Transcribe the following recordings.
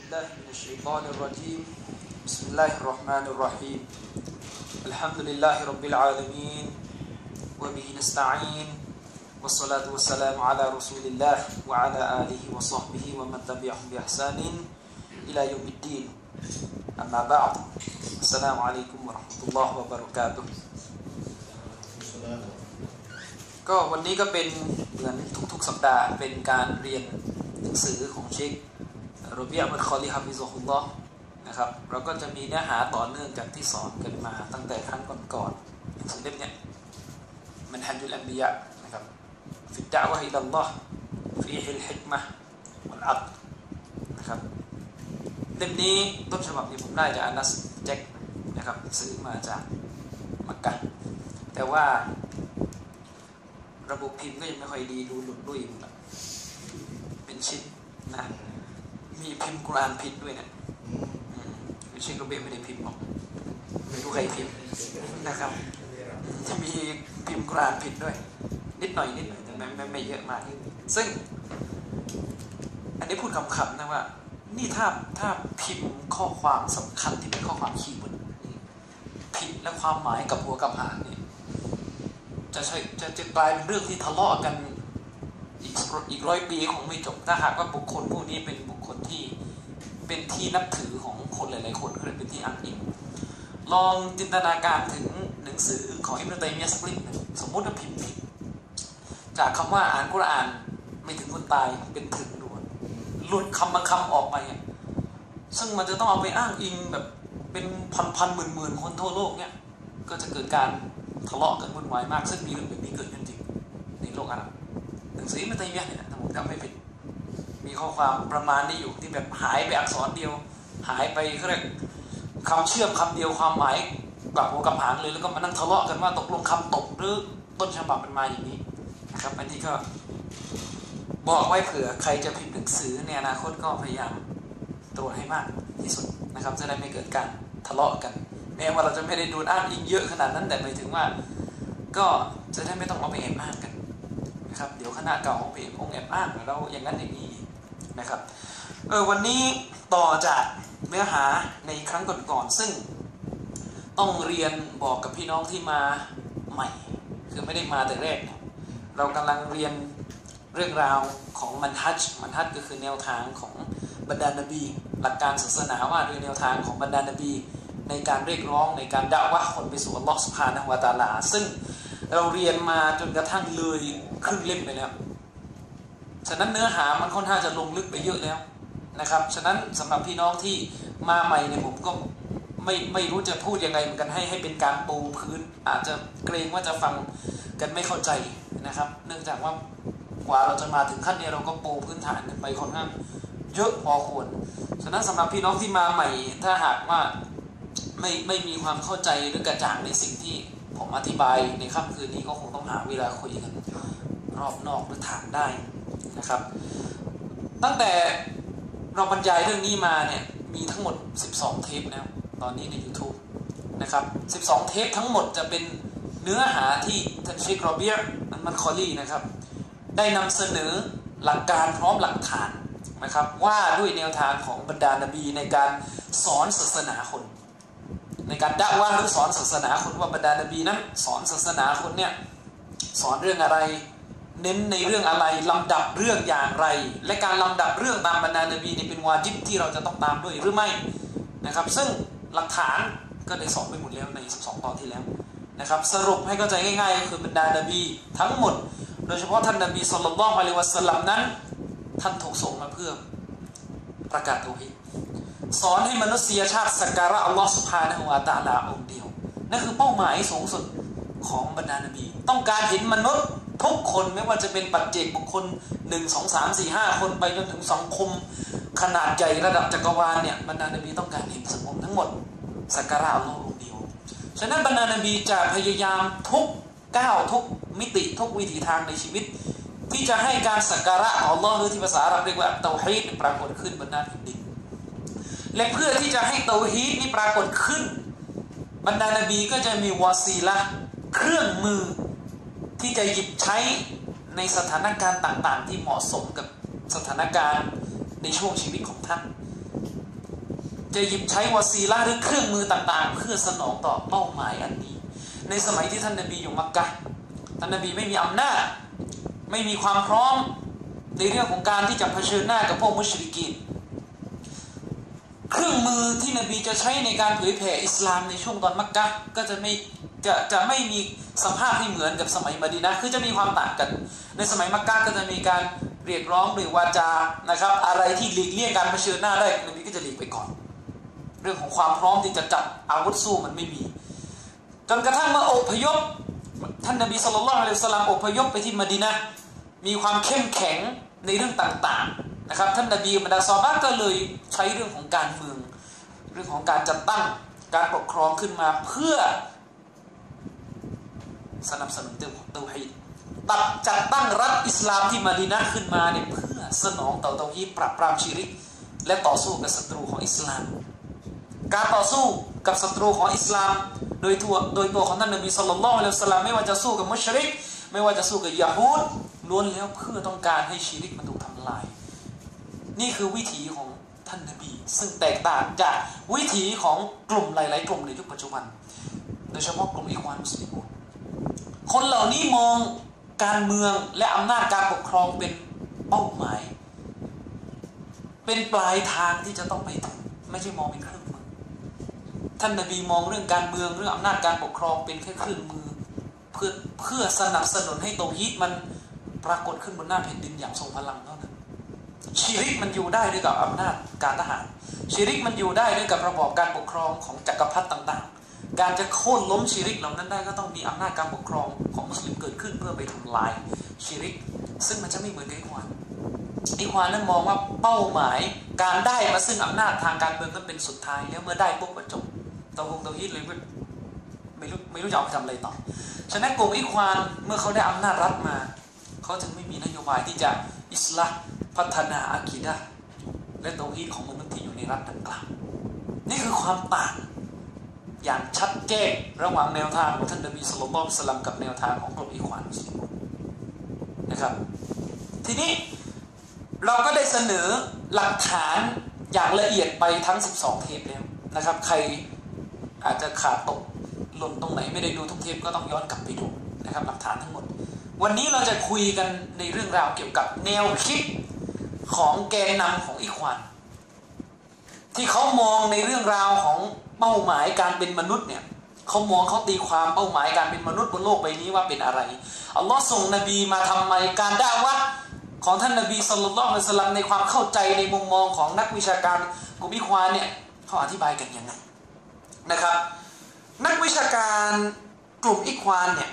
بالله من الشيطان الرجيم بسم الله الرحمن الرحيم الحمد لله رب العالمين وبه نستعين والصلاة والسلام على رسول الله وعلى آله وصحبه ومن تبعهم بإحسان إلى يوم الدين أما بعد السلام عليكم ورحمة الله وبركاته ก็วันนี้ก็เป็นเหมือนทุกๆสัปดาห์เป็นการเรียนหนังสือของเชคโรเบียมัดคอลีฮาฟิซะฮุลลอฮ์นะครับเราก็จะมีเนื้อหาต่อเนื่องจากที่สอนกันมาตั้งแต่ครั้งก่อนๆหนังสือเล่มนี้มันฮัจญุลอันบิยะนะครับฟิดดะวะฮ์อิลัลลอฮ์ฟีฮิลฮิกมะฮ์วัลอัดลนะครับเล่มนี้ต้นฉบับนี้ผมได้จากอานัสแจ็คนะครับซื้อมาจากมักกะฮ์แต่ว่าระบบพิมพ์ก็ยังไม่ค่อยดีดูหลุดลุ่ยเป็นชิ้นนะมีพิมพ์กุรอานผิดด้วยเนี่ยเชคโรเบียไม่ได้พิมพ์หรอกไม่รู้ใครพิมพ์นะครับจะมีพิมพ์กุรอานผิดด้วยนิดหน่อยแต่ไม่เยอะมากซึ่งอันนี้พูดคำๆนะว่านี่ถ้าพิมพ์ข้อความสำคัญที่เป็นข้อความคีย์เวิร์ดผิดและความหมายกับหัวกับหางเนี่ยจะกลายเป็นเรื่องที่ทะเลาะกันอีก100 ปีคงไม่จบถ้าหากว่าบุคคลผู้นี้เป็นบุคคลที่เป็นที่นับถือของคนหลายๆคนก็เลยเป็นที่อ้างอิงลองจินตนาการถึงหนังสือของอิบนุตัยมียะห์สักเล่มหนึ่งสมมติว่าพิมพ์ผิดจากคำว่าอ่านกุรอานไม่ถึงคนตายเป็นถึงด่วนหลุดคำบางคำออกไปซึ่งมันจะต้องเอาไปอ้างอิงแบบเป็นพันหมื่นคนทั่วโลกเนี่ยก็จะเกิดการทะเลาะกันวุ่นวายมากซึ่งมีเรื่องแบบนี้เกิดขึ้นจริงในโลกอาหรับหนังสืออิบนุตัยมียะห์เนี่ยถ้าผมจำไม่ผิดมีข้อความประมาณนี้อยู่ที่แบบหายไปอักษรเดียวหายไปเขาเรียกคำเชื่อมคำเดียวความหมายกับหัวกับหางเลยแล้วก็มานั่งทะเลาะกันว่าตกลงคำตกหรือต้นฉบับมันมาอย่างนี้นะครับอันนี้ก็บอกไว้เผื่อใครจะพิมพ์หนังสือในอนาคตก็พยายามตรวจให้มากที่สุดนะครับจะได้ไม่เกิดการทะเลาะกันแม้ว่าเราจะไม่ได้ดูอ้างอิงเยอะขนาดนั้นแต่หมายถึงว่าก็จะได้ไม่ต้องเอาไปแอบอ้างกันนะครับเดี๋ยวคณะเก่าไปแอบอ้างเราอย่างนั้นอย่างนี้นะครับวันนี้ต่อจากเนื้อหาในครั้งก่อนๆซึ่งต้องเรียนบอกกับพี่น้องที่มาใหม่คือไม่ได้มาแต่แรกเนี่ยเรากำลังเรียนเรื่องราวของมันฮัจก็คือแนวทางของบรรดานบีหลักการศาสนาว่าโดยแนวทางของบรรดานบีในการเรียกร้องในการดะวะห์คนไปสู่อัลลอฮฺซุบฮานะฮูวะตะอาลาซึ่งเราเรียนมาจนกระทั่งเลยครึ่งเล่มไปแล้วฉะนั้นเนื้อหามันค่อนข้างจะลงลึกไปเยอะแล้วนะครับฉะนั้นสำหรับพี่น้องที่มาใหม่เนี่ยผมก็ไม่รู้จะพูดยังไงเหมือนกันให้เป็นการปูพื้นอาจจะเกรงว่าจะฟังกันไม่เข้าใจนะครับเนื่องจากว่ากว่าเราจะมาถึงขั้นนี้เราก็ปูพื้นฐานกันไปค่อนข้างเยอะพอควรฉะนั้นสำหรับพี่น้องที่มาใหม่ถ้าหากว่าไม่มีความเข้าใจหรือกระจ่างในสิ่งที่ผมอธิบายในค่ำคืนนี้ก็คงต้องหาเวลาคุยกันรอบนอกหรือถามได้นะครับตั้งแต่เราบรรยายเรื่องนี้มาเนี่ยมีทั้งหมด12เทปแล้วตอนนี้ใน YouTube นะครับ12เทปทั้งหมดจะเป็นเนื้อหาที่ท่านเชคโรเบียมันคอลีนะครับได้นำเสนอหลักการพร้อมหลักฐานนะครับว่าด้วยแนวทางของบรรดานบีในการสอนศาสนาคนในการดะวะห์หรือสอนศาสนาคนว่าบรรดานบีนั้นสอนศาสนาคนเนี่ยสอนเรื่องอะไรเน้นในเรื่องอะไรลำดับเรื่องอย่างไรและการลำดับเรื่องตามบรรดานบีนี่เป็นวาญิบที่เราจะต้องตามด้วยหรือไม่นะครับซึ่งหลักฐานก็ได้สอนไปหมดแล้วใน12ตอนที่แล้วนะครับสรุปให้เข้าใจง่ายๆก็คือบรรดานบีทั้งหมดโดยเฉพาะท่านนบีศ็อลลัลลอฮุอะลัยฮิวะซัลลัมนั้นท่านถูกส่งมาเพื่อประกาศเตาฮีดสอนให้มนุษยชาติสักการะอัลลอฮฺซุบฮานะฮูวะตะอาลาองค์เดียวนั่นคือเป้าหมายสูงสุดของบรรดานบีต้องการเห็นมนุษย์ทุกคนไม่ว่าจะเป็นปัจเจกบุคคล1 2 3 4 5คนไปจนถึงสังคมขนาดใหญ่ระดับจักรวาลเนี่ยบรรดานบีต้องการเห็นสังคมทั้งหมดสักการะอัลลอฮฺองค์เดียวฉะนั้นบรรดานบีจะพยายามทุกก้าวทุกมิติทุกวิถีทางในชีวิตที่จะให้การสักการะอัลลอฮ์หรือที่ภาษาอาหรับเรียกว่าเตาฮีดปรากฏขึ้นบนหน้าแผ่นดินและเพื่อที่จะให้เตาฮีดนี้ปรากฏขึ้นบรรดานบีก็จะมีวาซีละเครื่องมือที่จะหยิบใช้ในสถานการณ์ต่างๆที่เหมาะสมกับสถานการณ์ในช่วงชีวิตของท่านจะหยิบใช้วาซีละหรือเครื่องมือต่างๆเพื่อสนองต่อเป้าหมายอันนี้ในสมัยที่ท่านนบีอยู่มักกะฮ์ท่านนบีไม่มีอำนาจไม่มีความพร้อมในเรื่องของการที่จะเผชิญหน้ากับพวกมุชริกีนเครื่องมือที่นบีจะใช้ในการเผยแผ่อิสลามในช่วงตอนมักกะฮ์ก็จะไม่มีสภาพที่เหมือนกับสมัยมะดีนะห์คือจะมีความต่างกันในสมัยมักกะฮ์ก็จะมีการเรียกร้องด้วยวาจานะครับอะไรที่หลีกเลี่ยงการเผชิญหน้าได้นบีก็จะหลีกไปก่อนเรื่องของความพร้อมที่จะจับอาวุธสู้มันไม่มีจนกระทั่งเมื่ออพยพท่านนบีศ็อลลัลลอฮุอะลัยฮิวะซัลลัมอพยพไปที่มะดีนะห์มีความเข้มแข็งในเรื่องต่างๆนะครับท่านนบีบรรดาซอฮาบะห์ก็เลยใช้เรื่องของการเมืองเรื่องของการจัดตั้งการปกครองขึ้นมาเพื่อสนับสนุนเรื่องของเตาฮีดจัดตั้งรัฐอิสลามที่มะดีนะห์ขึ้นมาเนี่ยเพื่อสนองต่อเตาฮีดปราบปรามชิริกและต่อสู้กับศัตรูของอิสลามการต่อสู้กับศัตรูของอิสลามโดยตัวของท่านนบีศ็อลลัลลอฮุอะลัยฮิวะซัลลัมไม่ว่าจะสู้กับมุชริกไม่ว่าจะสู้กับยะฮูดล้วนแล้วเพื่อต้องการให้ชิริกมันถูกทำลายนี่คือวิถีของท่านนบีซึ่งแตกต่างจากวิถีของกลุ่มหลายๆกลุ่มในยุคปัจจุบันโดยเฉพาะกลุ่มอิควานมุสลิมูนคนเหล่านี้มองการเมืองและอำนาจการปกครองเป็นเป้าหมายเป็นปลายทางที่จะต้องไปถึงไม่ใช่มองเป็นเครื่องมือท่านนบีมองเรื่องการเมืองเรื่องอำนาจการปกครองเป็นแค่เครื่องมือเพื่อสนับสนุนให้เตาฮีดมันปรากฏขึ้นบนหน้าแผ่นดินอย่างทรงพลังเท่านั้นชิริกมันอยู่ได้ด้วยกับอำนาจการทหารชิริกมันอยู่ได้ด้วยกับระบอบการปกครองของจักรพรรดิต่างๆการจะโค่นล้มชิริกเหล่านั้นได้ก็ต้องมีอำนาจการปกครองของมุสลิมเกิดขึ้นเพื่อไปทำลายชิริกซึ่งมันจะไม่เหมือนกับอิควานนั้นมองว่าเป้าหมายการได้มาซึ่งอำนาจทางการเมืองนั้นเป็นสุดท้ายแล้วเมื่อได้ปุ๊บก็จบเตาฮีดเลยไม่รู้จะเอาไปทำอะไรต่อฉะนั้นกลุ่มอิควานเมื่อเขาได้อำนาจรัฐมาเขาจึงไม่มีนโยบายที่จะอิสลาห์พัฒนาอากีดะห์และเตาฮีดของมนุษย์ที่อยู่ในรัฐดังกล่าวนี่คือความต่างอย่างชัดเจนระหว่างแนวทางของท่านนบีศ็อลลัลลอฮุอะลัยฮิวะซัลลัมกับแนวทางของกลุ่มอิควานมุสลิมนะครับทีนี้เราก็ได้เสนอหลักฐานอย่างละเอียดไปทั้ง12เทปแล้วนะครับใครอาจจะขาดตกหล่นตรงไหนไม่ได้ดูทุกเทปก็ต้องย้อนกลับไปดูนะครับหลักฐานทั้งหมดวันนี้เราจะคุยกันในเรื่องราวเกี่ยวกับแนวคิดของแกนนำของอิควานที่เขามองในเรื่องราวของเป้าหมายการเป็นมนุษย์เนี่ยเขาตีความเป้าหมายการเป็นมนุษย์บนโลกใบนี้ว่าเป็นอะไรอัลลอฮ์ส่งนบีมาทำไมการดะอ์วะห์ของท่านนบีศ็อลลัลลอฮุอะลัยฮิวะซัลลัมในความเข้าใจในมุมมองของนักวิชาการกลุ่มอิควานเนี่ยเขาอธิบายกันยังไงนะครับนักวิชาการกลุ่มอิควานเนี่ย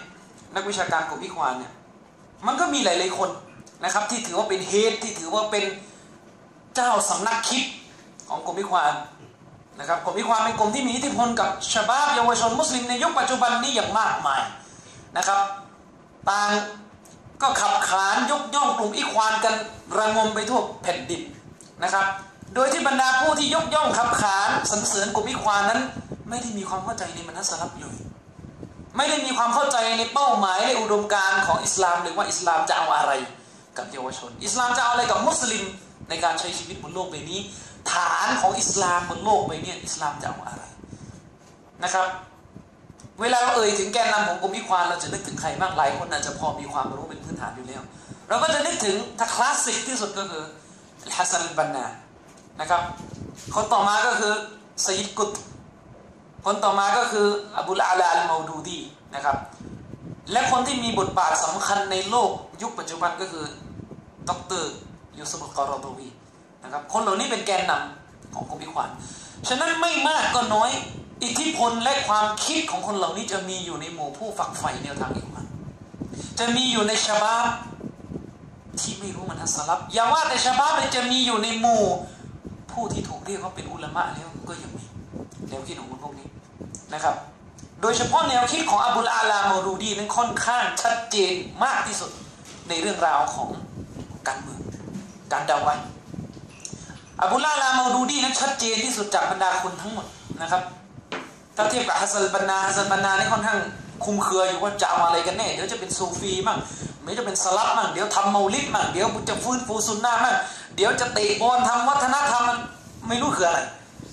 มันก็มีหลายๆคนนะครับที่ถือว่าเป็นเฮดที่ถือว่าเป็นเจ้าสำนักคิดของกลุ่มอิควานนะครับกลุ่มอิควานเป็นกลุ่มที่มีอิทธิพลกับชะบาบเยาวชนมุสลิมในยุคปัจจุบันนี้อย่างมากมายนะครับต่างก็ขับขานยกย่องกลุ่มอิควานกันระงมไปทั่วแผ่นดินนะครับโดยที่บรรดาผู้ที่ยกย่องขับขานสรรเสริญกลุ่มอิควานนั้นไม่ได้มีความเข้าใจในมันะฮ์สลัฟเลยไม่ได้มีความเข้าใจในเป้าหมายในอุดมการณ์ของอิสลามหรือว่าอิสลามจะเอาอะไรกับเยาวชนอิสลามจะเอาอะไรกับมุสลิมในการใช้ชีวิตบนโลกใบนี้ฐานของอิสลามบนโลกใบนี้อิสลามจะเอาอะไรนะครับเวลาเราเอ่ยถึงแกนนำของกลุ่มอิควานเราจะนึกถึงใครบ้างหลายคนอาจจะพอมีความรู้เป็นพื้นฐานอยู่แล้วเราก็จะนึกถึงถ้าคลาสสิกที่สุดก็คือฮัสซัน อัล บันนานะครับคนต่อมาก็คือซัยยิด กุตบคนต่อมาก็คืออบูลอาลา อัล เมาดูดีนะครับและคนที่มีบทบาทสำคัญในโลกยุคปัจจุบันก็คือดร.ยูซุฟ อัล กอรอฎอวีนะครับคนเหล่านี้เป็นแกนนำของกลุ่มอิควานฉะนั้นไม่มากก็น้อยอิทธิพลและความคิดของคนเหล่านี้จะมีอยู่ในหมู่ผู้ฝักใฝ่แนวทางอิควานจะมีอยู่ในชะบาบที่ไม่รู้มันฮัสลับอย่าว่าแต่ชะบาบเลยจะมีอยู่ในหมู่ผู้ที่ถูกเรียกว่าเป็นอุลามะแล้วก็ยังมีแนวคิดของคนพวกนี้นะครับโดยเฉพาะแนวคิดของอบูลอาลา เมาดูดีนั้นค่อนข้างชัดเจนมากที่สุดในเรื่องราวของการเมืองการดะอ์วะห์อบูลอาลา เมาดูดีนั้นชัดเจนที่สุดจากบรรดาคนทั้งหมดนะครับถ้าเทียบกับฮัสซัน บันนานี่ค่อนข้างคุมเครืออยู่ว่าจะเอาอะไรกันแน่เดี๋ยวจะเป็นซูฟีมั่งไม่จะเป็นสลับมั่งเดี๋ยวทำเมาลิดมั่งเดี๋ยวจะฟื้นฟูซุนนะห์มั่งเดี๋ยวจะเตะบอลทำวัฒนธรรมมันไม่รู้คืออะไร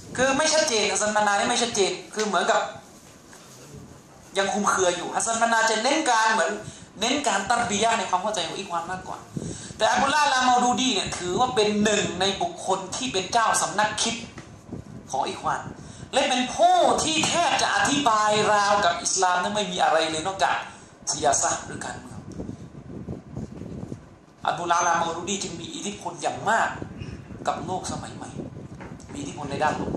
คือไม่ชัดเจนฮัสซันบันนานี่ไม่ชัดเจนคือเหมือนกับยังคุมเครืออยู่ฮัสซันบันนาจะเน้นการเหมือนเน้นการตัรบียะห์ในความเข้าใจของอิควานมากกว่าแต่อับดุลลาห์ลามาดูดีเนี่ยถือว่าเป็นหนึ่งในบุคคลที่เป็นเจ้าสำนักคิดของอิควานและเป็นผู้ที่แทบจะอธิบายราวกับอิสลามนั้นไม่มีอะไรเลยนอกจากซิยาซะห์หรือการเมืองอับดุลลาห์ลามาดูดีจึงมีอิทธิพลอย่างมากกับโลกสมัยใหม่มีอิทธิพลในด้านโลก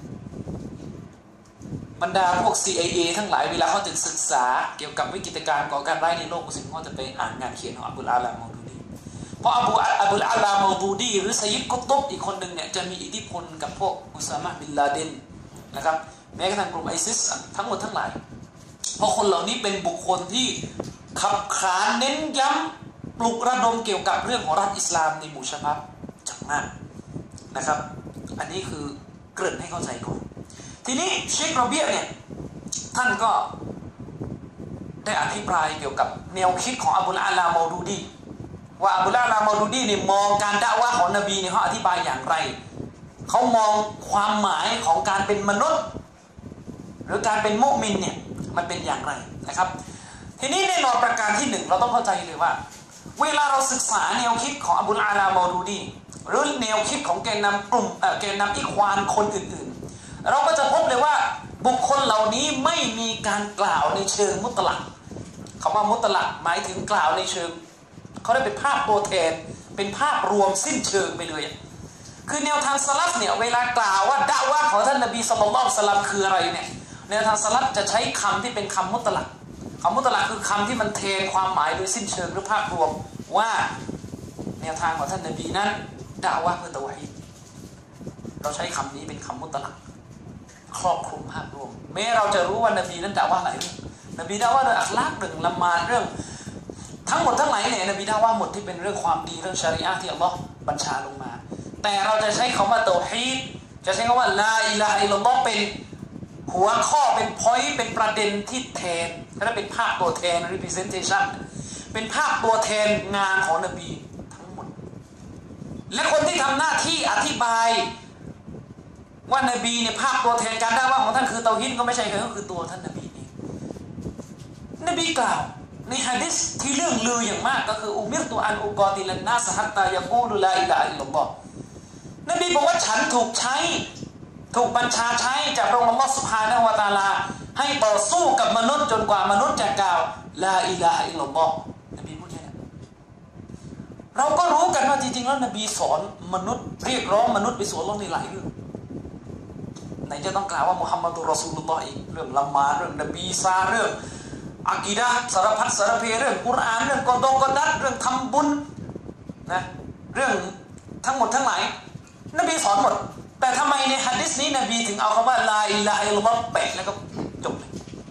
บรรดาพวก CIA ทั้งหลายเวลาเขาจะศึกษาเกี่ยวกับวิกฤตการณ์ก่อการร้ายในโลกมุสลิมเขาจะไปอ่านงานเขียนของอับดุลอาลามาดูดีเพราะอับดุลอาลามาดูดีหรือซัยยิดกุตบอีกคนหนึ่งเนี่ยจะมีอิทธิพลกับพวกอุซามะห์บินลาเดนนะครับแม้กระทั่งกลุ่มไอซิสทั้งหมดทั้งหลายเพราะคนเหล่านี้เป็นบุคคลที่ขับขานเน้นย้ำปลุกระดมเกี่ยวกับเรื่องของรัฐอิสลามในหมู่ชนจักมากนะครับอันนี้คือเกริ่นให้เข้าใจก่อนทีนี้เชคโรเบียเนี่ยท่านก็ได้อภิปรายเกี่ยวกับแนวคิดของอับดุลอาลามาดูดีว่าอับดุลอาลามาดูดีเนี่ยมองการดะอวะห์ของนบีเนี่ยเขาอธิบายอย่างไรเขามองความหมายของการเป็นมนุษย์หรือการเป็นมุมินเนี่ยมันเป็นอย่างไรนะครับทีนี้แน่นอนประการที่หนึ่งเราต้องเข้าใจเลยว่าเวลาเราศึกษาแนวคิดของอับดุลอาลามาดูดีหรือแนวคิดของแกนนำกลุ่มแกนนำอิควานคนอื่นๆเราก็จะพบเลยว่าบุคคลเหล่านี้ไม่มีการกล่าวในเชิงมุตลักคำว่ามุตลักหมายถึงกล่าวในเชิงเขาได้เป็นภาพตัวแทนเป็นภาพรวมสิ้นเชิงไปเลยคือแนวทางสลัฟเนี่ยเวลากล่าวว่าดะอวะห์ของท่านนบีศ็อลลัลลอฮุอะลัยฮิวะซัลลัมคืออะไรเนี่ยแนวทางสลัฟจะใช้คำที่เป็นคำมุตลักคำมุตลักคือคำที่มันแทนความหมายโดยสิ้นเชิงหรือภาพรวมว่าแนวทางของท่านนบีนั้นดะอวะห์เพื่อเตาฮีดเราใช้คำนี้เป็นคำมุตลักครอบคลุมภาพรวมแม้เราจะรู้ว่านบีนั้นดะอวะห์หลายเรื่องนบีดะอวะห์เรื่องอัคลากเรื่องละหมาดเรื่องทั้งหมดทั้งหลายเนี่ยนบีดะอวะห์หมดที่เป็นเรื่องความดีเรื่องชะรีอะห์ที่อัลลอฮ์บัญชาลงมาแต่เราจะใช้คำว่าเตาฮีดจะใช้คำว่าลาอิลาฮะอิลลัลลอฮ์เป็นหัวข้อเป็น point เป็นประเด็นที่แทนและเป็นภาพตัวแทน representation เป็นภาพตัวแทนงานของนบีทั้งหมดและคนที่ทำหน้าที่อธิบายว่านบีเนี่ยภาพตัวแทนการดะอวะห์ของท่านคือเตาฮีดก็ไม่ใช่ใครก็คือตัวท่านนบีเองนบีกล่าวในหะดีษที่เรื่องลืออย่างมากก็คืออุมิรตุอันอุกอติลันนาสฮัตตายะกูลุลาอิลาฮะอิลลัลลอฮ์นบีบอกว่าฉันถูกใช้ถูกบัญชาใช้จากพระองค์อัลลอฮฺซุบฮานะฮูวะตะอาลาให้ต่อสู้กับมนุษย์จนกว่ามนุษย์จะกล่าวลาอิลาฮะอิลลัลลอฮ์นบีพูดแค่นั้นเราก็รู้กันว่าจริงๆแล้วนบีสอนมนุษย์เรียกร้องมนุษย์ไปสู่อัลลอฮ์ในหลายเรื่องไหนจะต้องกล่าวว่ามุฮัมมัดุรรอซูลุลลอฮ์อีกเรื่องละหมาดเรื่องนบีซาเรื่องอะกีดะห์สารพัดสารเพเรื่องกุรอานเรื่องกอฎอกอดัรเรื่องทำบุญนะเรื่องทั้งหมดทั้งหลายนบีสอนหมดแต่ทำไมในหะดีษนี้นบีถึงเอาคำว่าลาอิลาฮะอิลลัลลอฮ์แปะแล้วก็จบเลย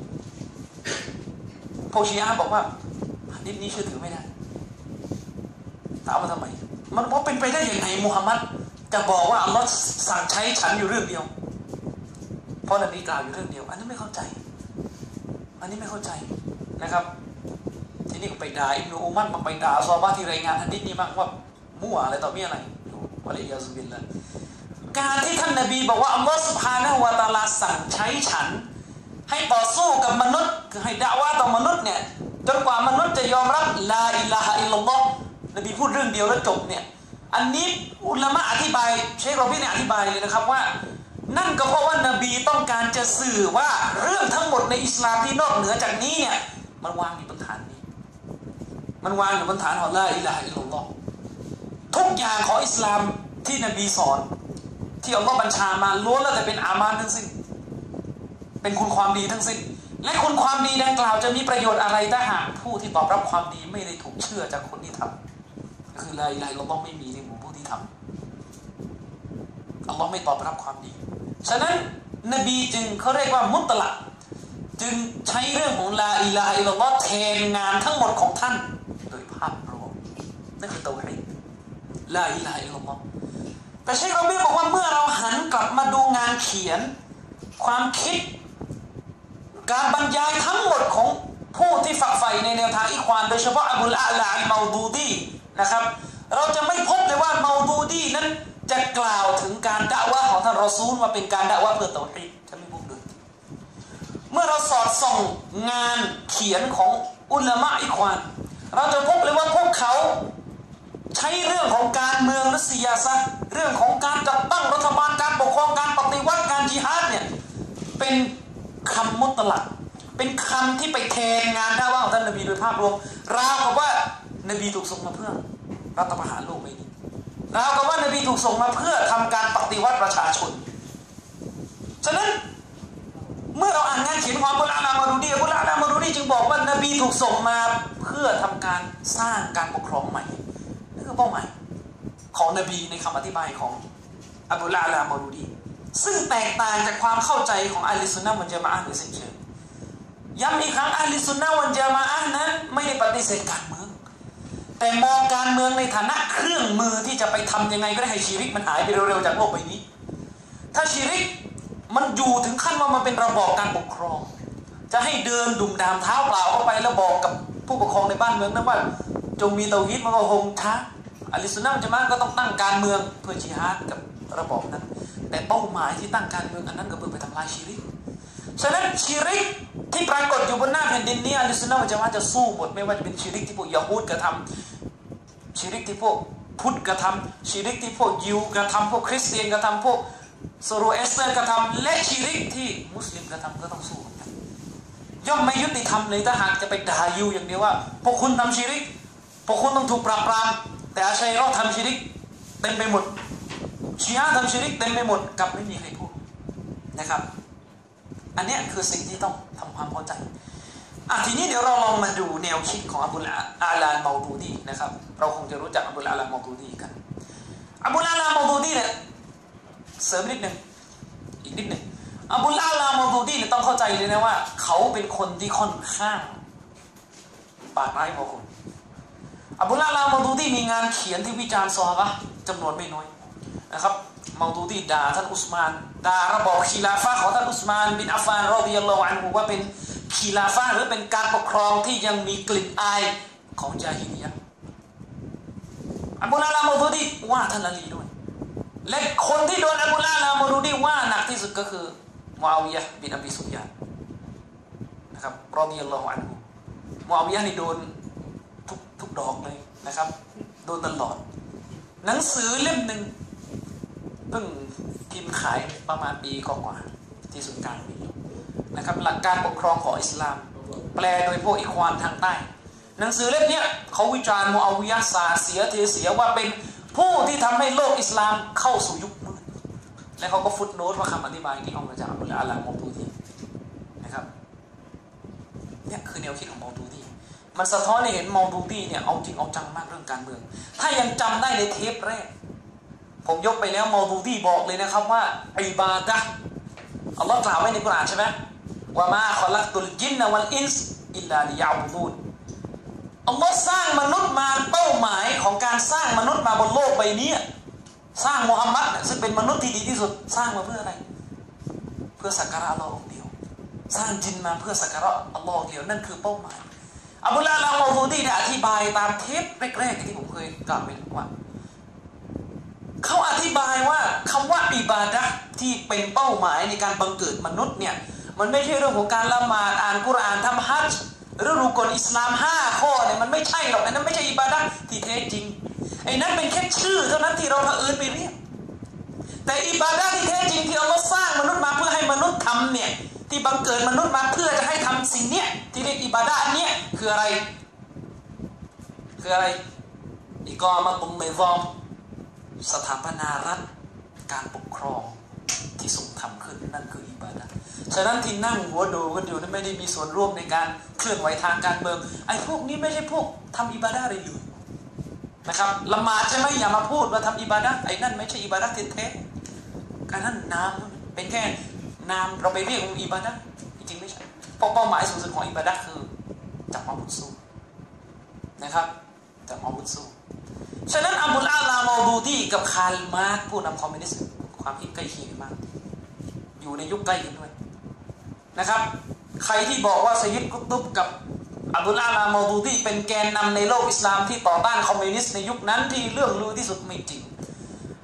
พวกชีอะห์บอกว่าหะดีษนี้เชื่อถือไม่ได้ถามว่าทำไมมันว่าเป็นไปได้อย่างไรมุฮัมมัดจะบอกว่าอัลลอฮ์สั่งใช้ฉันอยู่เรื่องเดียวเพราะนบีกล่าวอยู่เรื่องเดียวอันนี้ไม่เข้าใจนะครับทีนี้ก็ไปด่าอิบนุอุมัรมาไปด่าซอฮาบะห์ที่รายงานหะดีษนี้บ้างว่ามั่วอะไรต่อมีอะไรวะลัยยาซุบิลละการที่ท่านนบีบอกว่าอัลลอฮฺซุบฮานะฮูวะตะอาลาสั่งใช้ฉันให้ต่อสู้กับมนุษย์คือให้ดะอวะห์ต่อมนุษย์เนี่ยจนกว่ามนุษย์จะยอมรับลาอิลาฮะอิลลัลลอฮ์นบีพูดเรื่องเดียวแล้วจบเนี่ยอันนี้อุลามะอธิบายเชคโรบีเนี่ยอธิบายเลยนะครับว่านั่นก็เพราะว่านบีต้องการจะสื่อว่าเรื่องทั้งหมดในอิสลามที่นอกเหนือจากนี้เนี่ยมันวางอยู่บนฐานนี้มันวางอยู่บนฐานของลาอิลาฮะอิลลัลลอฮ์ทุกอย่างของอิสลามที่นบีสอนที่อัลลอฮ์บัญชามาล้วนแล้วแต่เป็นอามาลทั้งสิ้นเป็นคุณความดีทั้งสิ้นและคุณความดีดังกล่าวจะมีประโยชน์อะไรถ้าหากผู้ที่ตอบรับความดีไม่ได้ถูกเชื่อจากคนที่ทำคือลาอิลาฮะอิลลัลลอฮ์ไม่มีในหมู่ผู้ที่ทำอัลลอฮ์ไม่ตอบรับความดีฉะนั้นนบีจึงเขาเรียกว่ามุตละจึงใช้เรื่องของลาอิลาฮะอิลลัลลอฮ์แทนงานทั้งหมดของท่านโดยภาพรวมนั่นคือเตาฮีดลาอิลาฮะอิลลัลลอฮ์แต่เชคโรบีบอกว่าเมื่อเราหันกลับมาดูงานเขียนความคิดการบรรยายทั้งหมดของผู้ที่ฝักใฝ่ในแนวทางอิควานโดยเฉพาะอับดุลอาลาอัลมาดูดีนะครับเราจะไม่พบเลยว่ามาดูดีนั้นจะกล่าวถึงการดะวะห์ของท่านรอซูลว่าเป็นการดะวะห์เพื่อเตาฮีดจะไม่พูดเลยเมื่อเราสอดส่องงานเขียนของอุลามะอิควานเราจะพบเลยว่าพวกเขาใช้เรื่องของการเมืองและซิยาซะห์เรื่องของการจัดตั้งรัฐบาลการปกครองการปฏิวัติการญิฮาดเนี่ยเป็นคำมุตลักเป็นคำที่ไปแทนงานดะวะห์ของท่านนบีโดยภาพรวมราวกับว่านบีถูกส่งมาเพื่อรัฐประหารโลกใบนี้ราวกับว่านบีถูกส่งมาเพื่อทำการปฏิวัติประชาชนฉะนั้นเมื่อเราอ่านงานเขียนของอับู อาลา มาดูดีจึงบอกว่านบีถูกส่งมาเพื่อทำการสร้างการปกครองใหม่นี่คือเป้าหมายของนบีในคำอธิบายของอับู อาลา มาดูดีซึ่งแตกต่างจากความเข้าใจของอะห์ลุสซุนนะฮ์วัลญะมาอะห์โดยสิ้นเชิงย้ำอีกครั้งอะห์ลุสซุนนะฮ์วัลญะมาอะห์นั้นไม่ได้ปฏิเสธการเมืองแต่มองการเมืองในฐานะเครื่องมือที่จะไปทำยังไงก็ได้ให้ชิริกมันหายไปเร็วๆจากโลกใบนี้ถ้าชิริกมันอยู่ถึงขั้นว่ามันเป็นระบอบการปกครองจะให้เดินดุ่มดามเท้าเปล่าเข้าไปแล้วบอกกับผู้ปกครองในบ้านเมืองนั้นว่าจงมีเตาฮีดมันก็คงช้าอะห์ลุสซุนนะฮ์วัลญะมาอะห์ก็ต้องตั้งการเมืองเพื่อญิฮาดกับระบอบนั้นแต่เป้าหมายที่ตั้งการเมืองอันนั้นก็เพื่อไปทำลายชิริกฉะนั้นชิริกที่ปรากฏอยู่บนหน้าแผ่นดินนี้อะห์ลุสซุนนะฮ์วัลญะมาอะห์จะสู้หมดไม่ว่าจะเป็นชิริกที่พวกยะฮูดกระทำชิริกที่พวกพุทธกระทำชิริกที่พวกยิวกระทำพวกคริสเตียนกระทำพวกโซโรเอสเตอร์กระทำและชิริกที่มุสลิมกระทำก็ต้องสู้กันย่อมไม่ยุติธรรมเลยถ้าหากจะไปด่ายิวอย่างเดียวว่าพวกคุณทำชิริกพวกคุณต้องถูกปราบปรามแต่อาชัยเราะห์ทำชิริกเต็มไปหมดชีอะห์ทำชิริกเต็มไปหมดกับไม่มีใครพูดนะครับอันนี้คือสิ่งที่ต้องทำความเข้าใจทีนี้เดี๋ยวเราลองมาดูแนวคิดของอับู อาลา เมาตูดีนะครับเราคงจะรู้จักอับู อาลา เมาตูดีกันอับู อาลา เมาตูดีเนี่ยเสริมนิดหนึ่งอีกนิดหนึ่งอับู อาลา เมาตูดีเนี่ยต้องเข้าใจเลยนะว่าเขาเป็นคนที่ค่อนข้างปากร้ายพอคนอับู อาลา เมาตูดีมีงานเขียนที่วิจารณ์ซอฮาบะห์จำนวนไม่น้อยนะครับเมาตูดีด่าท่านอุสมานด่าระบอบคีลาฟะห์ของท่านอุสมานบินอัฟฟานรอฎิยัลลอฮุอันฮุว่าเป็นคีลาฟะห์หรือเป็นการปกครองที่ยังมีกลิ่นอายของญาฮิลิยะห์อับู อาลา เมาตูดีว่าท่านอาลีด้วยและคนที่โดนอับู อาลา เมาตูดีว่าหนักที่สุดก็คือมุอาวิยะห์บินอบีซุฟยานนะครับรอฎิยัลลอฮุอันฮุมุอาวิยะห์นี่โดนทุกดอกเลยนะครับโดนตลอดหนังสือเล่มหนึ่งเพิ่งพิมพ์ขายประมาณปีกว่าที่ศูนย์กลางมีนะครับหลักการปกครองของอิสลามแปลโดยพวกอิควานทางใต้หนังสือเล่มนี้เขาวิจารณ์มุอาวิยะห์สาเสียเทเสียว่าเป็นผู้ที่ทำให้โลกอิสลามเข้าสู่ยุคมืดและเขาก็ฟุตโนตว่าคำอธิบายนี้เอามาจากอับู อาลา เมาตูดีนะครับเนี่ยคือแนวคิดของเมาตูดีมันสะท้อนให้เห็นเมาตูดีเนี่ยเอาจริงเอาจังมากเรื่องการเมืองถ้ายังจำได้ในเทปแรกผมยกไปแล้วเมาตูดีบอกเลยนะครับว่าอิบาดะห์อัลลอฮ์กล่าวไว้ในกุรอานใช่ไหมว่ามาขอลักตุลจินนะวัลอินส์อิลลาลิยะบุดูนอัลลอฮ์สร้างมนุษย์มาเป้าหมายของการสร้างมนุษย์มาบนโลกใบนี้สร้างมุฮัมมัดซึ่งเป็นมนุษย์ที่ดีที่สุดสร้างมาเพื่ออะไรเพื่อสักการะอัลลอฮ์องเดียวสร้างจินมาเพื่อสักการะอัลลอฮ์องเดียวนั่นคือเป้าหมายอับู อาลา เมาตูดีได้อธิบายตามเทปแรกๆที่ผมเคยกล่าวไปว่าเขาอธิบายว่าคำว่าอิบาดะห์ที่เป็นเป้าหมายในการบังเกิดมนุษย์เนี่ยมันไม่ใช่เรื่องของการละหมาดอ่านกุรอานทำฮัจญ์หรือรุกนอิสลาม5ข้อเนี่ยมันไม่ใช่หรอกอันนั้นไม่ใช่อิบาดะห์ที่แท้จริงไอ้นั้นเป็นแค่ชื่อเท่านั้นที่เราเผอิญไปเรียกแต่อิบาดะห์ที่แท้จริงที่อัลลอฮ์สร้างมนุษย์มาเพื่อให้มนุษย์ทำเนี่ยที่บังเกิดมนุษย์มาเพื่อจะให้ทำสิ่งเนี้ยที่เรียกอิบาดะห์อันเนี้ยคืออะไรอิกอมะตุนนิซอมสถาปนารัฐการปกครองที่ทรงทำขึ้นนั่นคืออิบาดะห์ฉะนั้นที่นั่งหัวโดกันอยู่นั้นไม่ได้มีส่วนร่วมในการเคลื่อนไหวทางการเมืองไอ้พวกนี้ไม่ใช่พวกทำอิบาดะห์อะไรเลยนะครับละหมาดใช่ไหมอย่ามาพูดว่าทำอิบาดะห์ไอ้นั่นไม่ใช่อิบาดะห์แท้ๆการนั้นนามเป็นแค่นามเราไปเรียกว่าอิบาดะห์จริงๆไม่ใช่เป้าหมายสูงสุดของอิบาดะห์คือจับอาวุธสู้นะครับจับอาวุธสู้ฉะนั้นอับู อาลา เมาตูดีกับคาร์ล มาร์กซ์ผู้นำคอมมิวนิสต์ความคิดใกล้เคียงกันมากอยู่ในยุคใกล้กันด้วยนะครับใครที่บอกว่าไซยิดกุตุบกับอับู อาลา เมาตูดีเป็นแกนนำในโลกอิสลามที่ต่อต้านคอมมิวนิสต์ในยุคนั้นที่เรื่องลือที่สุดไม่จริง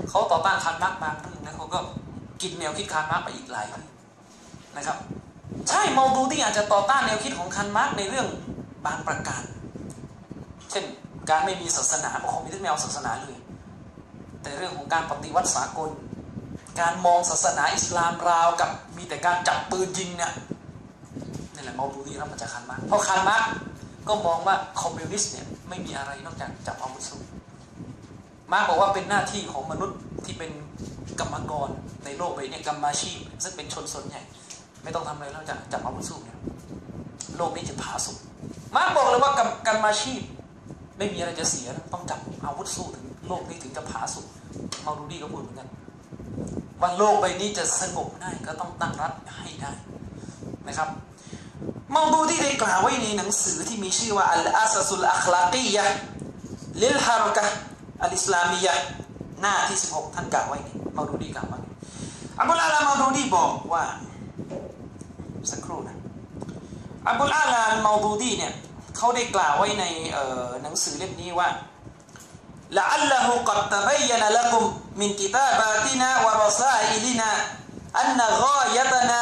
เขาต่อต้านคาร์ลมาร์กซ์มาแล้วเขาก็กินแนวคิดคาร์ลมาร์กซ์ไปอีกหลายนะครับใช่เมาดูดี้อาจจะต่อต้านแนวคิดของคาร์ลมาร์กซ์ในเรื่องบางประการเช่นการไม่มีศาสนาพวกเขาไม่ได้แนวศาสนาเลยแต่เรื่องของการปฏิวัติสากลการมองศาสนาอิสลามราวกับมีแต่การจับปืนยิงเนี่ยนี่แหละเมาดูดี้รับมาจากคาร์ลมาร์กซ์เพราะคาร์ลมาร์กซ์ก็มองว่าคอมมิวนิสต์เนี่ยไม่มีอะไรนอกจากจับอาวุธสู้มาร์กบอกว่าเป็นหน้าที่ของมนุษย์ที่เป็นกรรมกรในโลกใบนี้กรรมาชีพซึ่งเป็นชนส่วนใหญ่ไม่ต้องทำอะไรนอกจากจับอาวุธสู้เนี่ยโลกนี้จะผาสุกมาร์กบอกเลยว่ากรรมาชีพไม่มีอะไรจะเสียต้องจับอาวุธสู้ถึงโลกนี้ถึงจะผาสุกเมาดูดี้ก็พูดเหมือนกันว่าโลกใบนี้จะสงบได้ก็ต้องตั้งรัฐให้ได้นะครับเมาดูดี้ได้กล่าวไว้ในหนังสือที่มีชื่อว่าอัลอาซาซุลอัคลากียะลิลฮารกะอัลอิสลามียะหน้าที่16ท่านกล่าวไว้เมาดูดี้กล่าวว่าอับดุลอาลาเมาดูดี้บอกว่าสักครู่นะอับดุลอาลาเมาดูดี้เนี่ยเขาได้กล่าวไว้ในหนังสือเล่มนี้ว่าلعله قد تبين لكم من كتاباتنا ورسائلنا أن غايتنا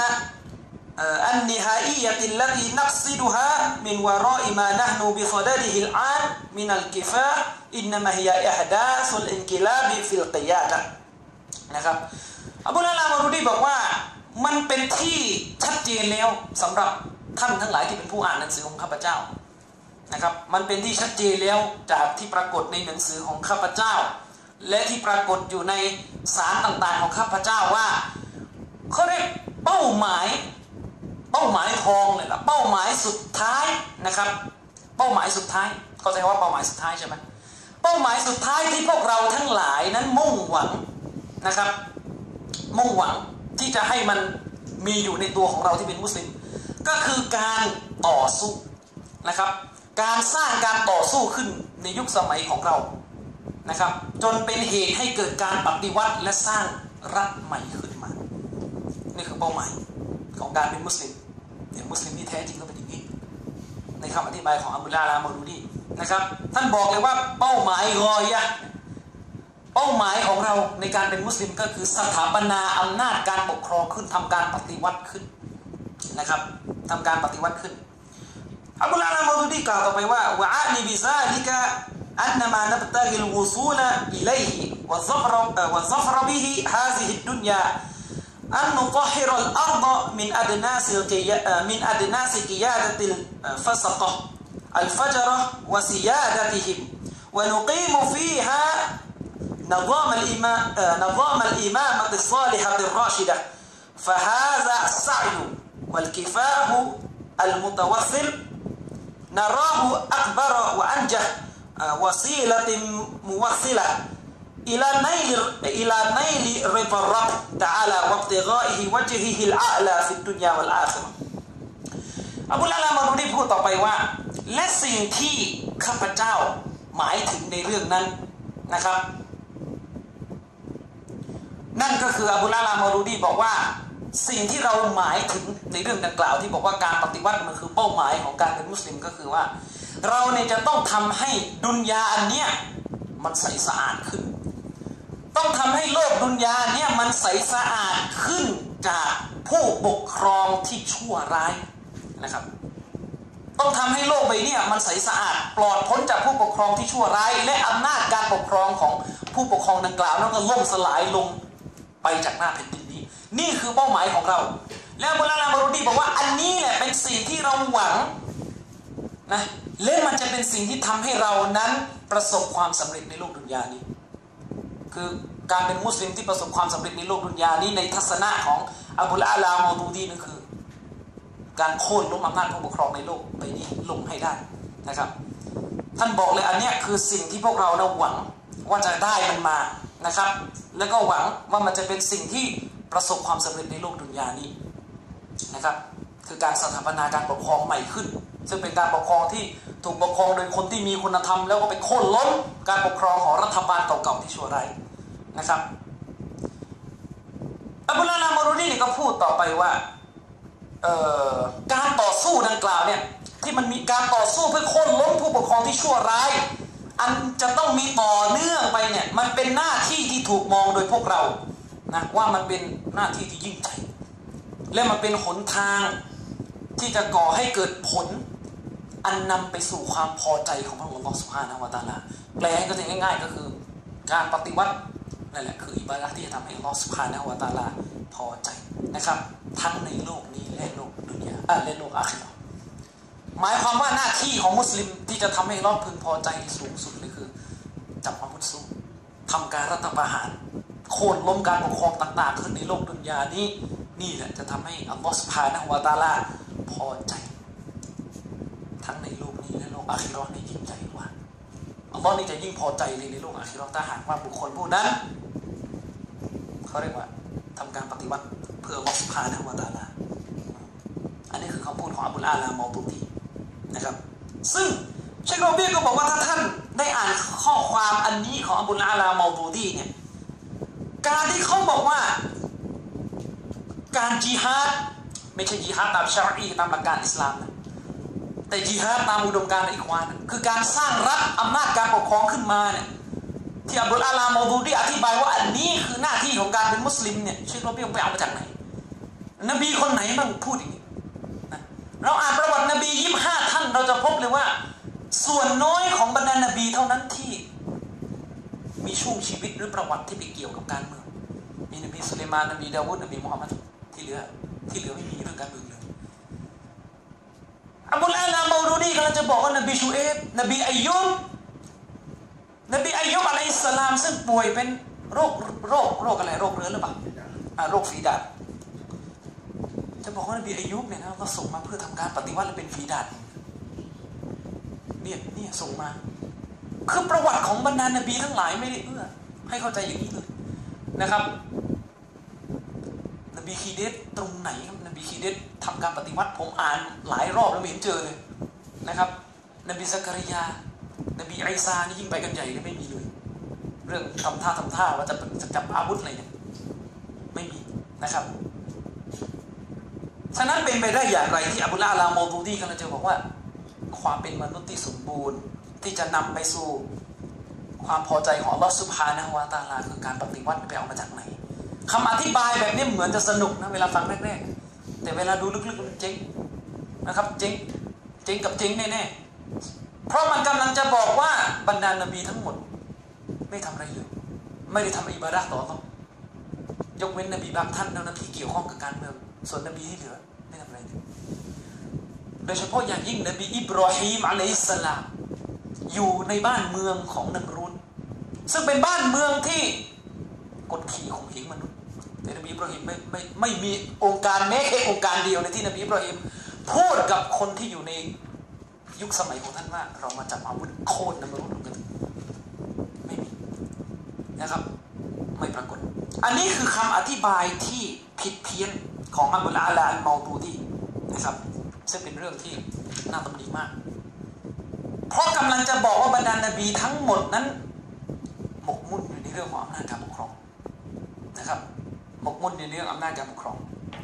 النهائية التي نقصدها من وراء ما نحن بصدده الآن من الكفاح إنما هي إحداث الانقلاب في القيادة นะครับอับดุลอาลา มารูดีบอกว่ามันเป็นที่ชัดเจนแล้วสำหรับท่านทั้งหลายที่เป็นผู้อ่านหนังสือของข้าพเจ้านะครับมันเป็นที่ชัดเจนแล้วจากที่ปรากฏในหนังสือของข้าพเจ้าและที่ปรากฏอยู่ในสารต่างๆของข้าพเจ้าว่าเขาเรียกเป้าหมายทองเลยล่ะเป้าหมายสุดท้ายนะครับเป้าหมายสุดท้ายเข้าใจว่าเป้าหมายสุดท้ายใช่ไหมเป้าหมายสุดท้ายที่พวกเราทั้งหลายนั้นมุ่งหวังนะครับมุ่งหวังที่จะให้มันมีอยู่ในตัวของเราที่เป็นมุสลิมก็คือการต่อสู้นะครับการสร้างการต่อสู้ขึ้นในยุคสมัยของเรานะครับจนเป็นเหตุให้เกิดการปฏิวัติและสร้างรัฐใหม่ขึ้นมานี่คือเป้าหมายของการเป็นมุสลิมอย่างมุสลิมที่แท้จริงก็เป็นอย่างนี้ในคำอธิบายของอับดุลอาลา มารูดีนะครับท่านบอกเลยว่าเป้าหมายรอยะเป้าหมายของเราในการเป็นมุสลิมก็คือสถาปนาอำนาจการปกครองขึ้นทำการปฏิวัติขึ้นนะครับทำการปฏิวัติขึ้นอับดุลอาลา มารูดีกล่าวต่อไปว่าวะอานีบิซาลิกะอันนมานับตะกิลวุซูลอิลัยฮิวะซัฟรบิฮิฮาซิฮิดดุนยาอันนุตฮิรอัลอัรฎมินอัดนาสกิยาดะติลฟัสกะอัลฟัจเราะห์วะซิยาดะติฮิมวะนุกีมฟีฮาنظام الإمامة الصالحة الراشدة فهذا السعي والكفاح المتوصل نراه أكبر وأنجح وسيلة موصلة إلى نيل رضا الرب تعالى وابتغائه وجهه الأعلى في الدنيا والآخرة อับดุลอาลา มารูดีพูดต่อไปว่าและสิ่งที่ข้าพเจ้าหมายถึงในเรื่องนั้นนะครับนั่นก็คืออับดุลอาลา มารูดีบอกว่าสิ่งที่เราหมายถึงในเรื่องดังกล่าวที่บอกว่าการปฏิวัติมันคือเป้าหมายของการเป็นมุสลิมก็คือว่าเราเนี่ยจะต้องทำให้ดุนยาอันเนี้ยมันใสสะอาดขึ้นต้องทำให้โลกดุนยาเนี่ยมันใสสะอาดขึ้นจากผู้ปกครองที่ชั่วร้ายนะครับต้องทำให้โลกใบนี้มันใสสะอาดปลอดพ้นจากผู้ปกครองที่ชั่วร้ายและอำนาจการปกครองของผู้ปกครองดังกล่าวนั้นก็ล่มสลายลงไปจากหน้าแผ่นดินนี้นี่คือเป้าหมายของเราแล้วอับดุลอาลา มารูดีบอกว่าอันนี้แหละเป็นสิ่งที่เราหวังนะและมันจะเป็นสิ่งที่ทำให้เรานั้นประสบความสำเร็จในโลกดุนยานี้คือการเป็นมุสลิมที่ประสบความสำเร็จในโลกดุนยานี้ในทัศนะของอับดุลอาลา มารูดีนั่นคือการโค่นล้มอำนาจผู้ปกครองในโลกใบนี้ลงให้ได้นะครับท่านบอกเลยอันนี้คือสิ่งที่พวกเราหวังว่าจะได้มันมานะครับแล้วก็หวังว่ามันจะเป็นสิ่งที่ประสบความสำเร็จในโลกดุนยานี้นะครับคือการสถาปนาการปกครองใหม่ขึ้นซึ่งเป็นการปกครองที่ถูกปกครองโดยคนที่มีคุณธรรมแล้วก็ไปโค่นล้มการปกครองของรัฐบาลเก่าๆที่ชั่วร้ายนะครับอับดุลอาลา มารูดีก็พูดต่อไปว่าการต่อสู้ดังกล่าวเนี่ยที่มันมีการต่อสู้เพื่อโค่นล้มผู้ปกครองที่ชั่วร้ายอันจะต้องมีต่อเนื่องไปเนี่ยมันเป็นหน้าที่ที่ถูกมองโดยพวกเรานะว่ามันเป็นหน้าที่ที่ยิ่งใหญ่และมันเป็นหนทางที่จะก่อให้เกิดผลอันนำไปสู่ความพอใจของพระองค์อัลเลาะห์ซุบฮานะฮูวะตะอาลาแปลให้เข้าใจง่ายๆก็คือการปฏิวัตินั่นแหละคืออิบาดะห์ที่จะทำให้อัลเลาะห์ซุบฮานะฮูวะตะอาลาพอใจนะครับทั้งในโลกนี้และโลกดุนยาและโลกอาคิเราะห์หมายความว่าหน้าที่ของมุสลิมที่จะทำให้อัลเลาะห์พึงพอใจสูงสุดเลยคือจับอาวุธสู้ทำการรัฐประหารโค่นล้มการปกครองต่างๆขึ้นในโลกดุนยานี้นี่แหละจะทำให้อัลเลาะห์ซุบฮานะฮูวะตะอาลาพอใจทั้งในโลกนี้และโลกอาคิเราะห์นี่ยิ่งใหญ่กว่าอัลเลาะห์นี่จะยิ่งพอใจเลยในโลกอาคิเราะห์ถ้าหากว่าบุคคลผู้นั้นเขาเรียกว่าทำการปฏิวัติเพื่ออัลเลาะห์ซุบฮานะฮูวะตะอาลาอันนี้คือคำพูดของอับุลอาลามอตูตีนะครับซึ่งเชคโรเบียก็บอกว่าถ้าท่านได้อ่านข้อความอันนี้ของอับุลอาลามอตูตีเนี่ยการที่เขาบอกว่าการจิฮาดไม่ใช่จิฮาดตามชะรอีตามหลักการอิสลามนะแต่จิฮาดตามอุดมการณ์อิควานคือการสร้างรัฐอำนาจการปกครองขึ้นมาเนี่ยที่อับดุลอาลามอดูดีอธิบายว่าอันนี้คือหน้าที่ของการเป็นมุสลิมเนี่ยเชคโรเบียไปเอามาจากไหนนบีคนไหนบ้างพูดอย่างนี้นะเราอ่านประวัตินบี25ท่านเราจะพบเลยว่าส่วนน้อยของบรรดานบีเท่านั้นที่มีช่วงชีวิตหรือประวัติที่ไปเกี่ยวกับการเมืองมีนบีสุลัยมานนบีดาวูดนบีมุฮัมมัดที่เหลือไม่มีเรื่องการเมืองเลยอับดุลอาลามอดูดีกำลังจะบอกว่านบีชูเอฟนบีอัยยูบอะลัยฮิสสลามซึ่งป่วยเป็นโรคอะไรโรคเรื้อหรือเปล่าโรคฝีดาษจะบอกว่านบีอัยยูบเนี่ยนะเราส่งมาเพื่อทำการปฏิวัติและเป็นฝีดาษเนี่ยส่งมาคือประวัติของบรรดานบีทั้งหลายไม่ได้เอื้อให้เข้าใจอย่างนี้เลยนะครับนบีคีเดสตรงไหนครับนบีคีเดสทำการปฏิวัติผมอ่านหลายรอบแล้วไม่เห็นเจอเลยนะครับนบีซักริยานบีอีซานี่ยิ่งไปกันใหญ่เลยไม่มีเลยเรื่องทำท่าว่าจะจับอาวุธอะไรเนี่ยไม่มีนะครับฉะนั้นเป็นไปได้อย่างไรที่อับุลอาลามอดูดีกำลังจะบอกว่าความเป็นมนุษย์ที่สมบูรณ์ที่จะนำไปสู่ความพอใจของอัลลอฮฺซุบฮานะฮูวะตะอาลาคือการปฏิวัติไปเอามาจากไหนคำอธิบายแบบนี้เหมือนจะสนุกนะเวลาฟังแรกๆแต่เวลาดูลึกๆเจ๊งนะครับเจ๊งกับเจ๊งแน่ๆเพราะมันกำลังจะบอกว่าบรรดานบีทั้งหมดไม่ทำอะไรเลยไม่ได้ทำอิบาดะห์ต่ออัลเลาะห์ยกเว้นนบีบางท่านเท่านั้นที่เกี่ยวข้องกับการเมืองส่วนนบีที่เหลือไม่ทำอะไรเลยโดยเฉพาะอย่างยิ่งนบีอิบรอฮีมอะลัยฮิสสลามอยู่ในบ้านเมืองของนัมรูดซึ่งเป็นบ้านเมืองที่กดขี่ข่มเหงมนุษย์แต่นบีอิบรอฮีมไม่มีองค์การแม้แค่องค์การเดียวในที่นบีอิบรอฮีมพูดกับคนที่อยู่ในยุคสมัยของท่านว่าเรามาจับอาวุธโค่นนัมรูดกันไม่มีนะครับไม่ปรากฏอันนี้คือคำอธิบายที่ผิดเพี้ยนของอับุลอาลาอัลมอดูดีนะครับซึ่งเป็นเรื่องที่น่าตำหนิมากเพราะกำลังจะบอกว่าบรรดานบีทั้งหมดนั้นหมกมุ่นอยู่ในเรื่องของอำนาจการปกครองนะครับหมกมุ่นในเรื่องอำนาจการปกครอง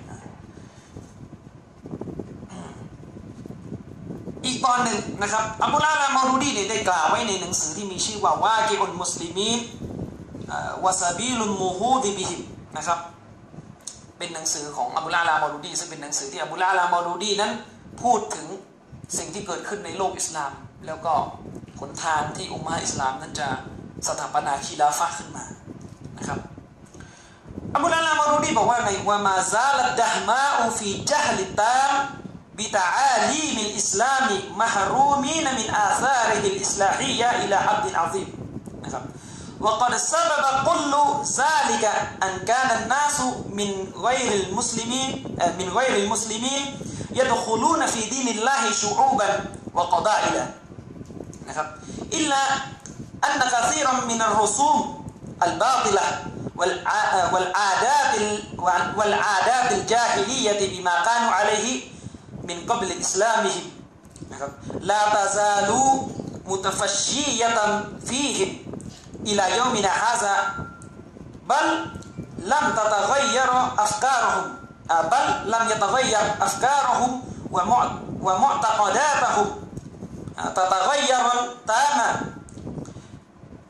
อีกตอนหนึ่งนะครับอับุลอาลามอดูดีได้กล่าวไว้ในหนังสือที่มีชื่อว่าวากิอุลมุสลิมีนวะซาบีลุลมูฮูดิบิฮิมนะครับเป็นหนังสือของอับุลอาลามอดูดีซึ่งเป็นหนังสือที่อับุลอาลามอดูดีนั้นพูดถึงสิ่งที่เกิดขึ้นในโลกอิสลามแล้วก็หนทางที่อุมมะฮ์อิสลามนั้นจะสถาปนาคีลาฟะห์ขึ้นมานะครับอับุลอาลามอดูดีบอกว่าในวะมาซาลัดดะฮมาอูฟีญะฮลิตามบิตะอาลีมิลอิสลามมะฮรูมีนมินอาซาริฮิลอิสลาฮียะอิลาอับดินอะซีมนะครับوقد سبب كل ذلك أن كان الناس من غير المسلمين يدخلون في دين الله شعوبا وقبائلاนะครับإلا أن كثيرا من الرسوم الباطلة والعادات الجاهلية بما كانوا عليه من قبل إسلامهمนะครับلا تزال متفشية فيهم إلى يومنا هذا بل لم تتغير أفكارهم ومعتقداتهم تتغير تاما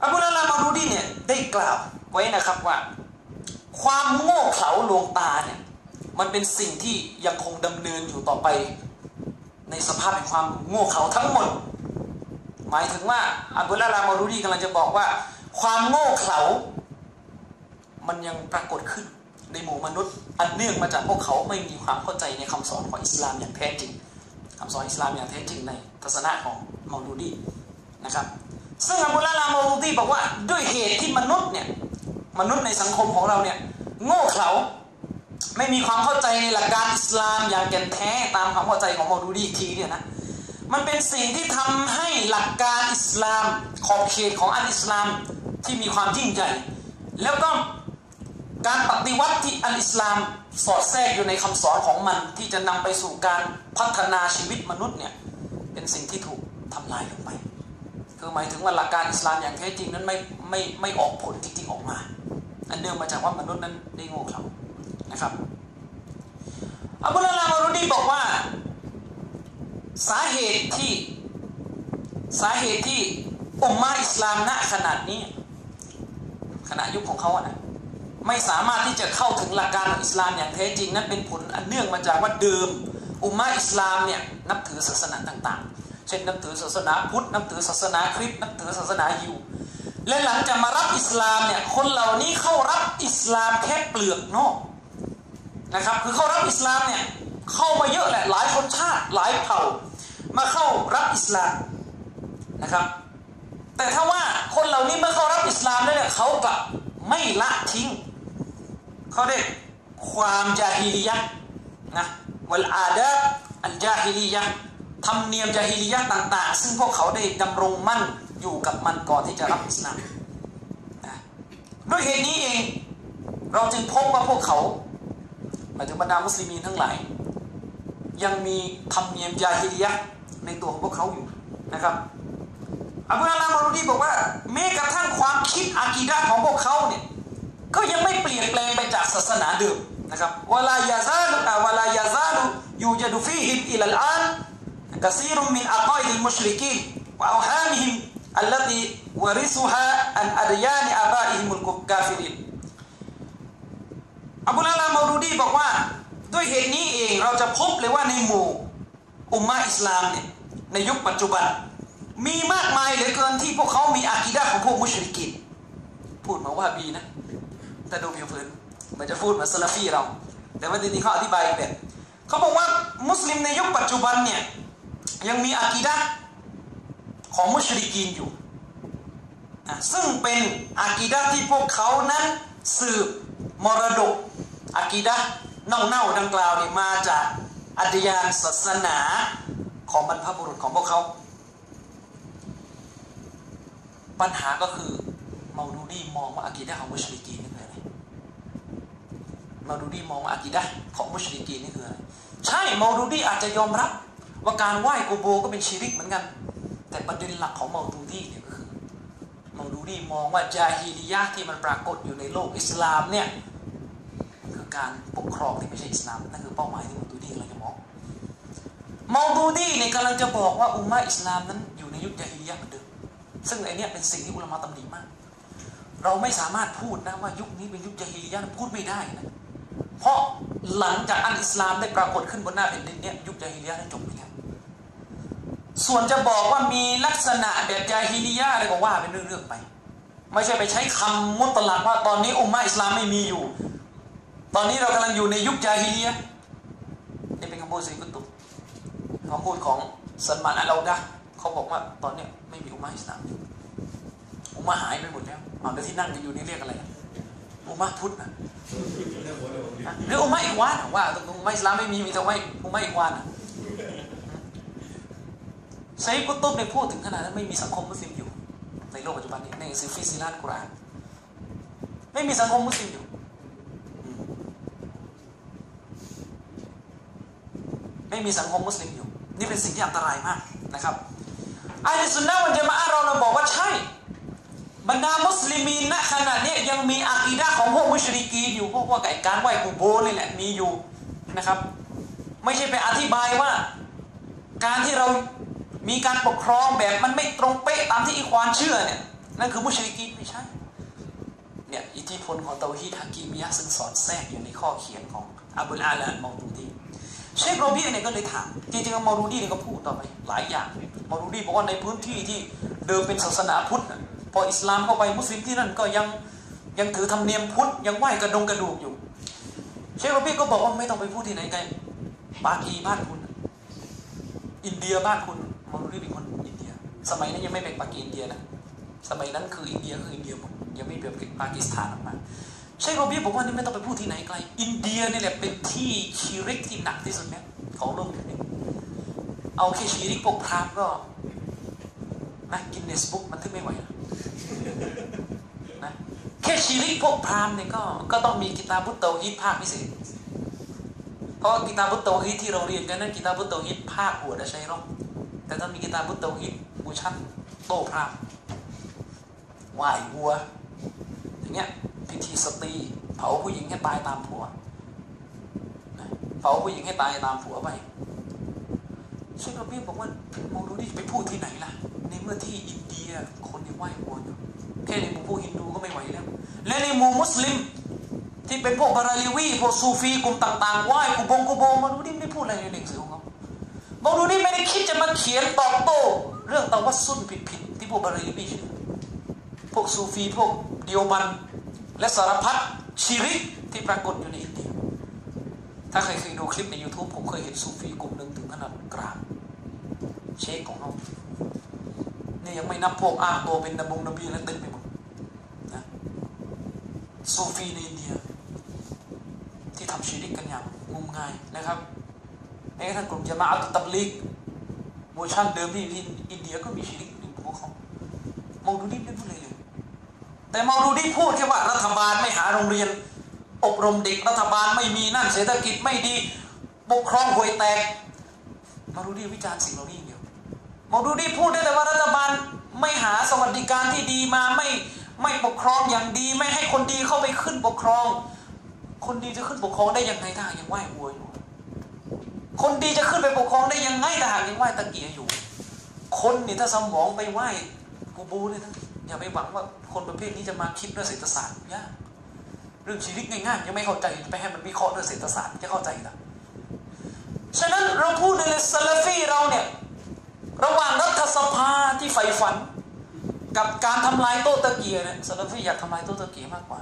อับูลาลามารูดีเนี่ยได้กล่าวไว้นะครับว่าความโง่เขลาลวงตาเนี่ยมันเป็นสิ่งที่ยังคงดำเนินอยู่ต่อไปในสภาพแห่งความโง่เขลาทั้งหมดหมายถึงว่าอับูลาลามารูดีกำลังจะบอกว่าความโง่เขลามันยังปรากฏขึ้นในหมู่มนุษย์อันเนื่องมาจากพวกเขาไม่มีความเข้าใจในคำสอนของอิสลามอย่างแท้จริงคำสอนอิสลามอย่างแท้จริงในทัศนะของมารูดีนะครับซึ่งอับูลาลามารูดีบอกว่าด้วยเหตุที่มนุษย์ในสังคมของเราเนี่ยโง่เขลาไม่มีความเข้าใจในหลักการอิสลามอย่างแก่นแท้ตามความเข้าใจของมารูดีอีกทีเนี่ยนะมันเป็นสิ่งที่ทำให้หลักการอิสลามขอบเขตของอัลอิสลามที่มีความยิ่งใหญ่แล้วก็การปฏิวัติที่อัลอิสลามสอดแทรกอยู่ในคำสอนของมันที่จะนำไปสู่การพัฒนาชีวิตมนุษย์เนี่ยเป็นสิ่งที่ถูกทำลายลงไปคือหมายถึงว่าหลักการอิสลามอย่างแท้จริงนั้นไม่ออกผลจริงๆออกมาอันเนื่องมาจากว่ามนุษย์นั้นได้โง่เขลานะครับอับูลาลามารูดีบอกว่าสาเหตุที่อุมมะอิสลามณขนาดนี้ขณะยุคของเขานะไม่สามารถที่จะเข้าถึงหลักการของอิสลามอย่างแท้จริงนั้นเป็นผลอันเนื่องมาจากว่าเดิมอุมมะอิสลามเนี่ยนับถือศาสนาต่างๆเช่นนับถือศาสนาพุทธนับถือศาสนาคริสต์นับถือศาสนายิวและหลังจากมารับอิสลามเนี่ยคนเหล่านี้เข้ารับอิสลามแค่เปลือกนอกนะครับคือเข้ารับอิสลามเนี่ยเข้ามาเยอะแหละหลายชนชาติหลายเผ่ามาเข้ารับอิสลามนะครับแต่ถ้าว่าคนเหล่านี้เมื่อเข้ารับอิสลามแล้วเนี่ยเขากลับไม่ละทิ้งเขาเรียกความญาฮิลียะห์นะวัลอาดาบอัลญาฮิลียะห์ธรรมเนียมญาฮิลียะห์ต่างๆซึ่งพวกเขาได้ดำรงมั่นอยู่กับมันก่อนที่จะรับอิสลามนะด้วยเหตุนี้เองเราจึงพบว่าพวกเขาหมายถึงบรรดามุสลิมีนทั้งหลายยังมีธรรมเนียมญาฮิลียะห์ในตัวของพวกเขาอยู่นะครับอับูลาลามารูดีบอกว่าแม้กระทั่งความคิดอากีดะห์ของพวกเขาเนี่ยก็ยังไม่เปลี่ยนแปลงไปจากศาสนาเดิมนะครับวะลายาซาลุยูจดุฟีฮิมอิลัลอานกะซีรุมมินอะกอยดิลมุชริกีนวะเอาฮามิฮิมอัลลตีวะริซุฮาอันอัดยานอาบาอิฮิมุลกาฟิรินอับูลาลามารูดีบอกว่าด้วยเหตุนี้เองเราจะพบเลยว่าในหมู่อุมมะอิสลามเนี่ยในยุคปัจจุบันมีมากมายเหลือเกินที่พวกเขามีอากีดะห์ของพวกมุชริกีนพูดมาว่าบีนะแต่ดูผิวเผินมันจะพูดเหมือนซะลาฟีเราแต่ว่าทีนี้เขาอธิบายแบบเขาบอกว่ามุสลิมในยุคปัจจุบันเนี่ยยังมีอากีดะห์ของมุชริกีนอยู่ซึ่งเป็นอากีดะห์ที่พวกเขานั้นสืบมรดกอากีดะห์เน่าๆดังกล่าวนี่มาจากอัตยานศาสนาของบรรพบุรุษของพวกเขาปัญหาก็คือมาดูดีมองว่าอากีดะห์ของมุชริกีนนี่คืออะไรมาดูดีมองว่าอากีดะห์ของมุชริกีนนี่คืออะไรใช่มาดูดีอาจจะยอมรับว่าการไหว้กูโบก็เป็นชิริกเหมือนกันแต่ประเด็นหลักของมาดูดีเนี่ยก็คือมาดูดีมองว่าญาฮิลียะห์ที่มันปรากฏอยู่ในโลกอิสลามเนี่ยคือการปกครองที่ไม่ใช่อิสลามนั่นคือเป้าหมายที่มาดูดีกำลังจะมองมาดูดีเนี่ยกำลังจะบอกว่าอุมมะอิสลามนั้นอยู่ในยุคญาฮิลียะห์เหมือนเดิมซึ่งไอเนี้ยเป็นสิ่งที่อุลามะตำหนิมากเราไม่สามารถพูดนะว่ายุคนี้เป็นยุคญาฮิลียะห์พูดไม่ได้นะเพราะหลังจากอัลอิสลามได้ปรากฏขึ้นบนหน้าแผ่นดินเนี่ยยุคญาฮิลียะห์นั้นจบไปแล้วส่วนจะบอกว่ามีลักษณะแบบญาฮิลียะห์อะไรก็ว่าเป็นเรื่องๆไปไม่ใช่ไปใช้คำมุตลักว่าตอนนี้อุมมะอิสลามไม่มีอยู่ตอนนี้เรากำลังอยู่ในยุคญาฮิลียะห์นี่เป็นคำพูดซีกุตุคำพูดของซัลมานอัลลอดะห์เขาบอกว่าตอนนี้ไม่มีอุมมะอิสลามอุมมะหายไปหมดแล้วแล้วที่นั่งกันอยู่นี่เรียกอะไรอุมมะพุทธนะหรืออุมมะอีกวานว่าอุมมะอิสลามไม่มีแต่ว่าอุมมะอีกวานไซกุตุบเนี่ยพูดถึงขนาดนั้นไม่มีสังคมมุสลิมอยู่ในโลกปัจจุบันนี้ในซิฟิซิลานกุรอานไม่มีสังคมมุสลิมอยู่ไม่มีสังคมมุสลิมอยู่นี่เป็นสิ่งที่อันตรายมากนะครับอะห์ลุสซุนนะฮ์วัลญะมาอะห์เราบอกว่าใช่บรรดามุสลิมีนณขณะนี้ยังมีอากีดะห์ของพวกมุชริกีนอยู่พวกการไหว้กุโบนี่แหละมีอยู่นะครับไม่ใช่ไปอธิบายว่าการที่เรามีการปกครองแบบมันไม่ตรงเป๊ะตามที่อิควานเชื่อเนี่ยนั่นคือมุชริกีนไม่ใช่เนี่ยอิทธิพลของเตาฮีดฮะกีมียะซึ่งสอดแทรกอยู่ในข้อเขียนของอับุลอาลาอัลมอดูดีเชคโรบีเนี่ยก็เลยถามจริงๆอัลมอดูดีเนี่ยก็พูดต่อไปหลายอย่างมอดูดีบอกว่าในพื้นที่ที่เดิมเป็นศาสนาพุทธพออิสลามเข้าไปมุสลิมที่นั่นก็ยังถือธรรมเนียมพุทธยังไหว้กระดูกอยู่เชคโรบีก็บอกว่าไม่ต้องไปพูดที่ไหนไกลปากีบ้านคุณอินเดียบ้านคุณมอดูดีเป็นคนอินเดียสมัยนั้นยังไม่เป็นปากีอินเดียนะสมัยนั้นคืออินเดียหมดยังไม่เป็นปากีสถานออกมาเชคโรบีบอกว่านี่ไม่ต้องไปพูดที่ไหนไกลอินเดียนี่แหละเป็นที่ชีริกที่หนักที่สุดเนี่ยของโลกนี้เอาแค่ชีริกพวกพราหมณ์ก็นะกินเนสบุ๊กมันถึงไม่ไหวนะแค่ชีริกพวกพราหมณ์เนี่ยก็ต้องมีกิตาบุตเตาฮีดภาคพิเศษเพราะกิตาบุตเตาฮีดที่เราเรียนกันนั้นกิตาบุตเตาฮีดภาคหัวได้ใช่หรอแต่ต้องมีกิตาบุตเตาฮีดบูชันโตพราหมณ์ไหว้วัวอย่างเงี้ยพิธีสตรีเผาผู้หญิงให้ตายตามผัวเผาผู้หญิงให้ตายตามผัวไปเชคโรบีบอกว่ามองดูดิไปพูดที่ไหนล่ะในเมื่อที่อินเดียคนยังไหว้วัวอยู่แค่ในหมู่พวกฮินดูก็ไม่ไหวแล้วและในหมู่มุสลิมที่เป็นพวกบาราลีวีพวกซูฟีกลุ่มต่างๆไหว้กุโบมองดูดิไม่พูดอะไรในหนังสือของเขามองดูดิไม่ได้คิดจะมาเขียนตอบโต้เรื่องตะวัสซุนผิดที่พวกบาราลีวีเชื่อพวกซูฟีพวกเดียวมันและสารพัดชิริกที่ปรากฏอยู่ในอินเดียถ้าใครเคยดูคลิปใน YouTube ผมเคยเห็นซูฟีกลุ่มหนึ่งถึงขนาดกราบเชคของเขาเนี่ยยังไม่นับพวกอ้างตัวเป็นนบีและเต็มไปหมดนะซูฟีในอินเดียที่ทำชิริกกันอย่างงมงายนะครับในกระทั่งกลุ่มญะมาอะตุตับลีกเวอร์ชันเดิมที่อินเดียก็มีชิริกในพวกเขามองดูนี่ไม่พูดเลยแต่มองดูที่พูดแค่ว่ารัฐบาลไม่หาโรงเรียนอบรมเด็กรัฐบาลไม่มีนั่นเศรษฐกิจไม่ดีปกครองห่วยแตกมองดูที่วิจารณ์สิ่งเหล่านี้เดียวมองดูที่พูดได้แต่ว่ารัฐบาลไม่หาสวัสดิการที่ดีมาไม่ปกครองอย่างดีไม่ให้คนดีเข้าไปขึ้นปกครองคนดีจะขึ้นปกครองได้ยังไงถ้ายังไหว้วัวอยู่คนดีจะขึ้นไปปกครองได้ยังไงถ้ายังไหว้ตะเกียอยู่คนนี่ถ้าสมองไปไหว้กูบูเลยนะอย่าไปหวังว่าคนประเภทนี้จะมาคิดเรื่องเศรษฐศาสตร์ยากเรื่องชีวิตง่ายๆยังไม่เข้าใจไปให้มันวิเคราะห์เรื่องเศรษฐศาสตร์จะเข้าใจนะฉะนั้นเราพูดในซาลาฟีเราเนี่ยระหว่างรัฐสภาที่ใฝ่ฝันกับการทำลายโต๊ะตะเกียเนี่ยซาลาฟีอยากทำลายโต๊ะตะเกียมากกว่า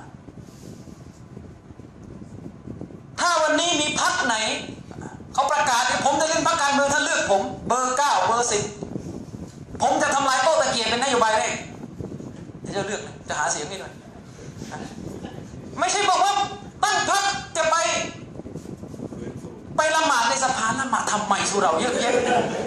ถ้าวันนี้มีพรรคไหนเขาประกาศผมจะเล่นพรรคการเมืองถ้าเลือกผมเบอร์ 9 เบอร์ 10ผมจะทำลายโต๊ะตะเกียเป็นนโยบายแรกจะเลือกจะหาเสียงนี่เลยไม่ใช่บอกว่าตั้งพรรคจะไปละหมาดในสภาละหมาดทำไมสู้เราเยอะแยะ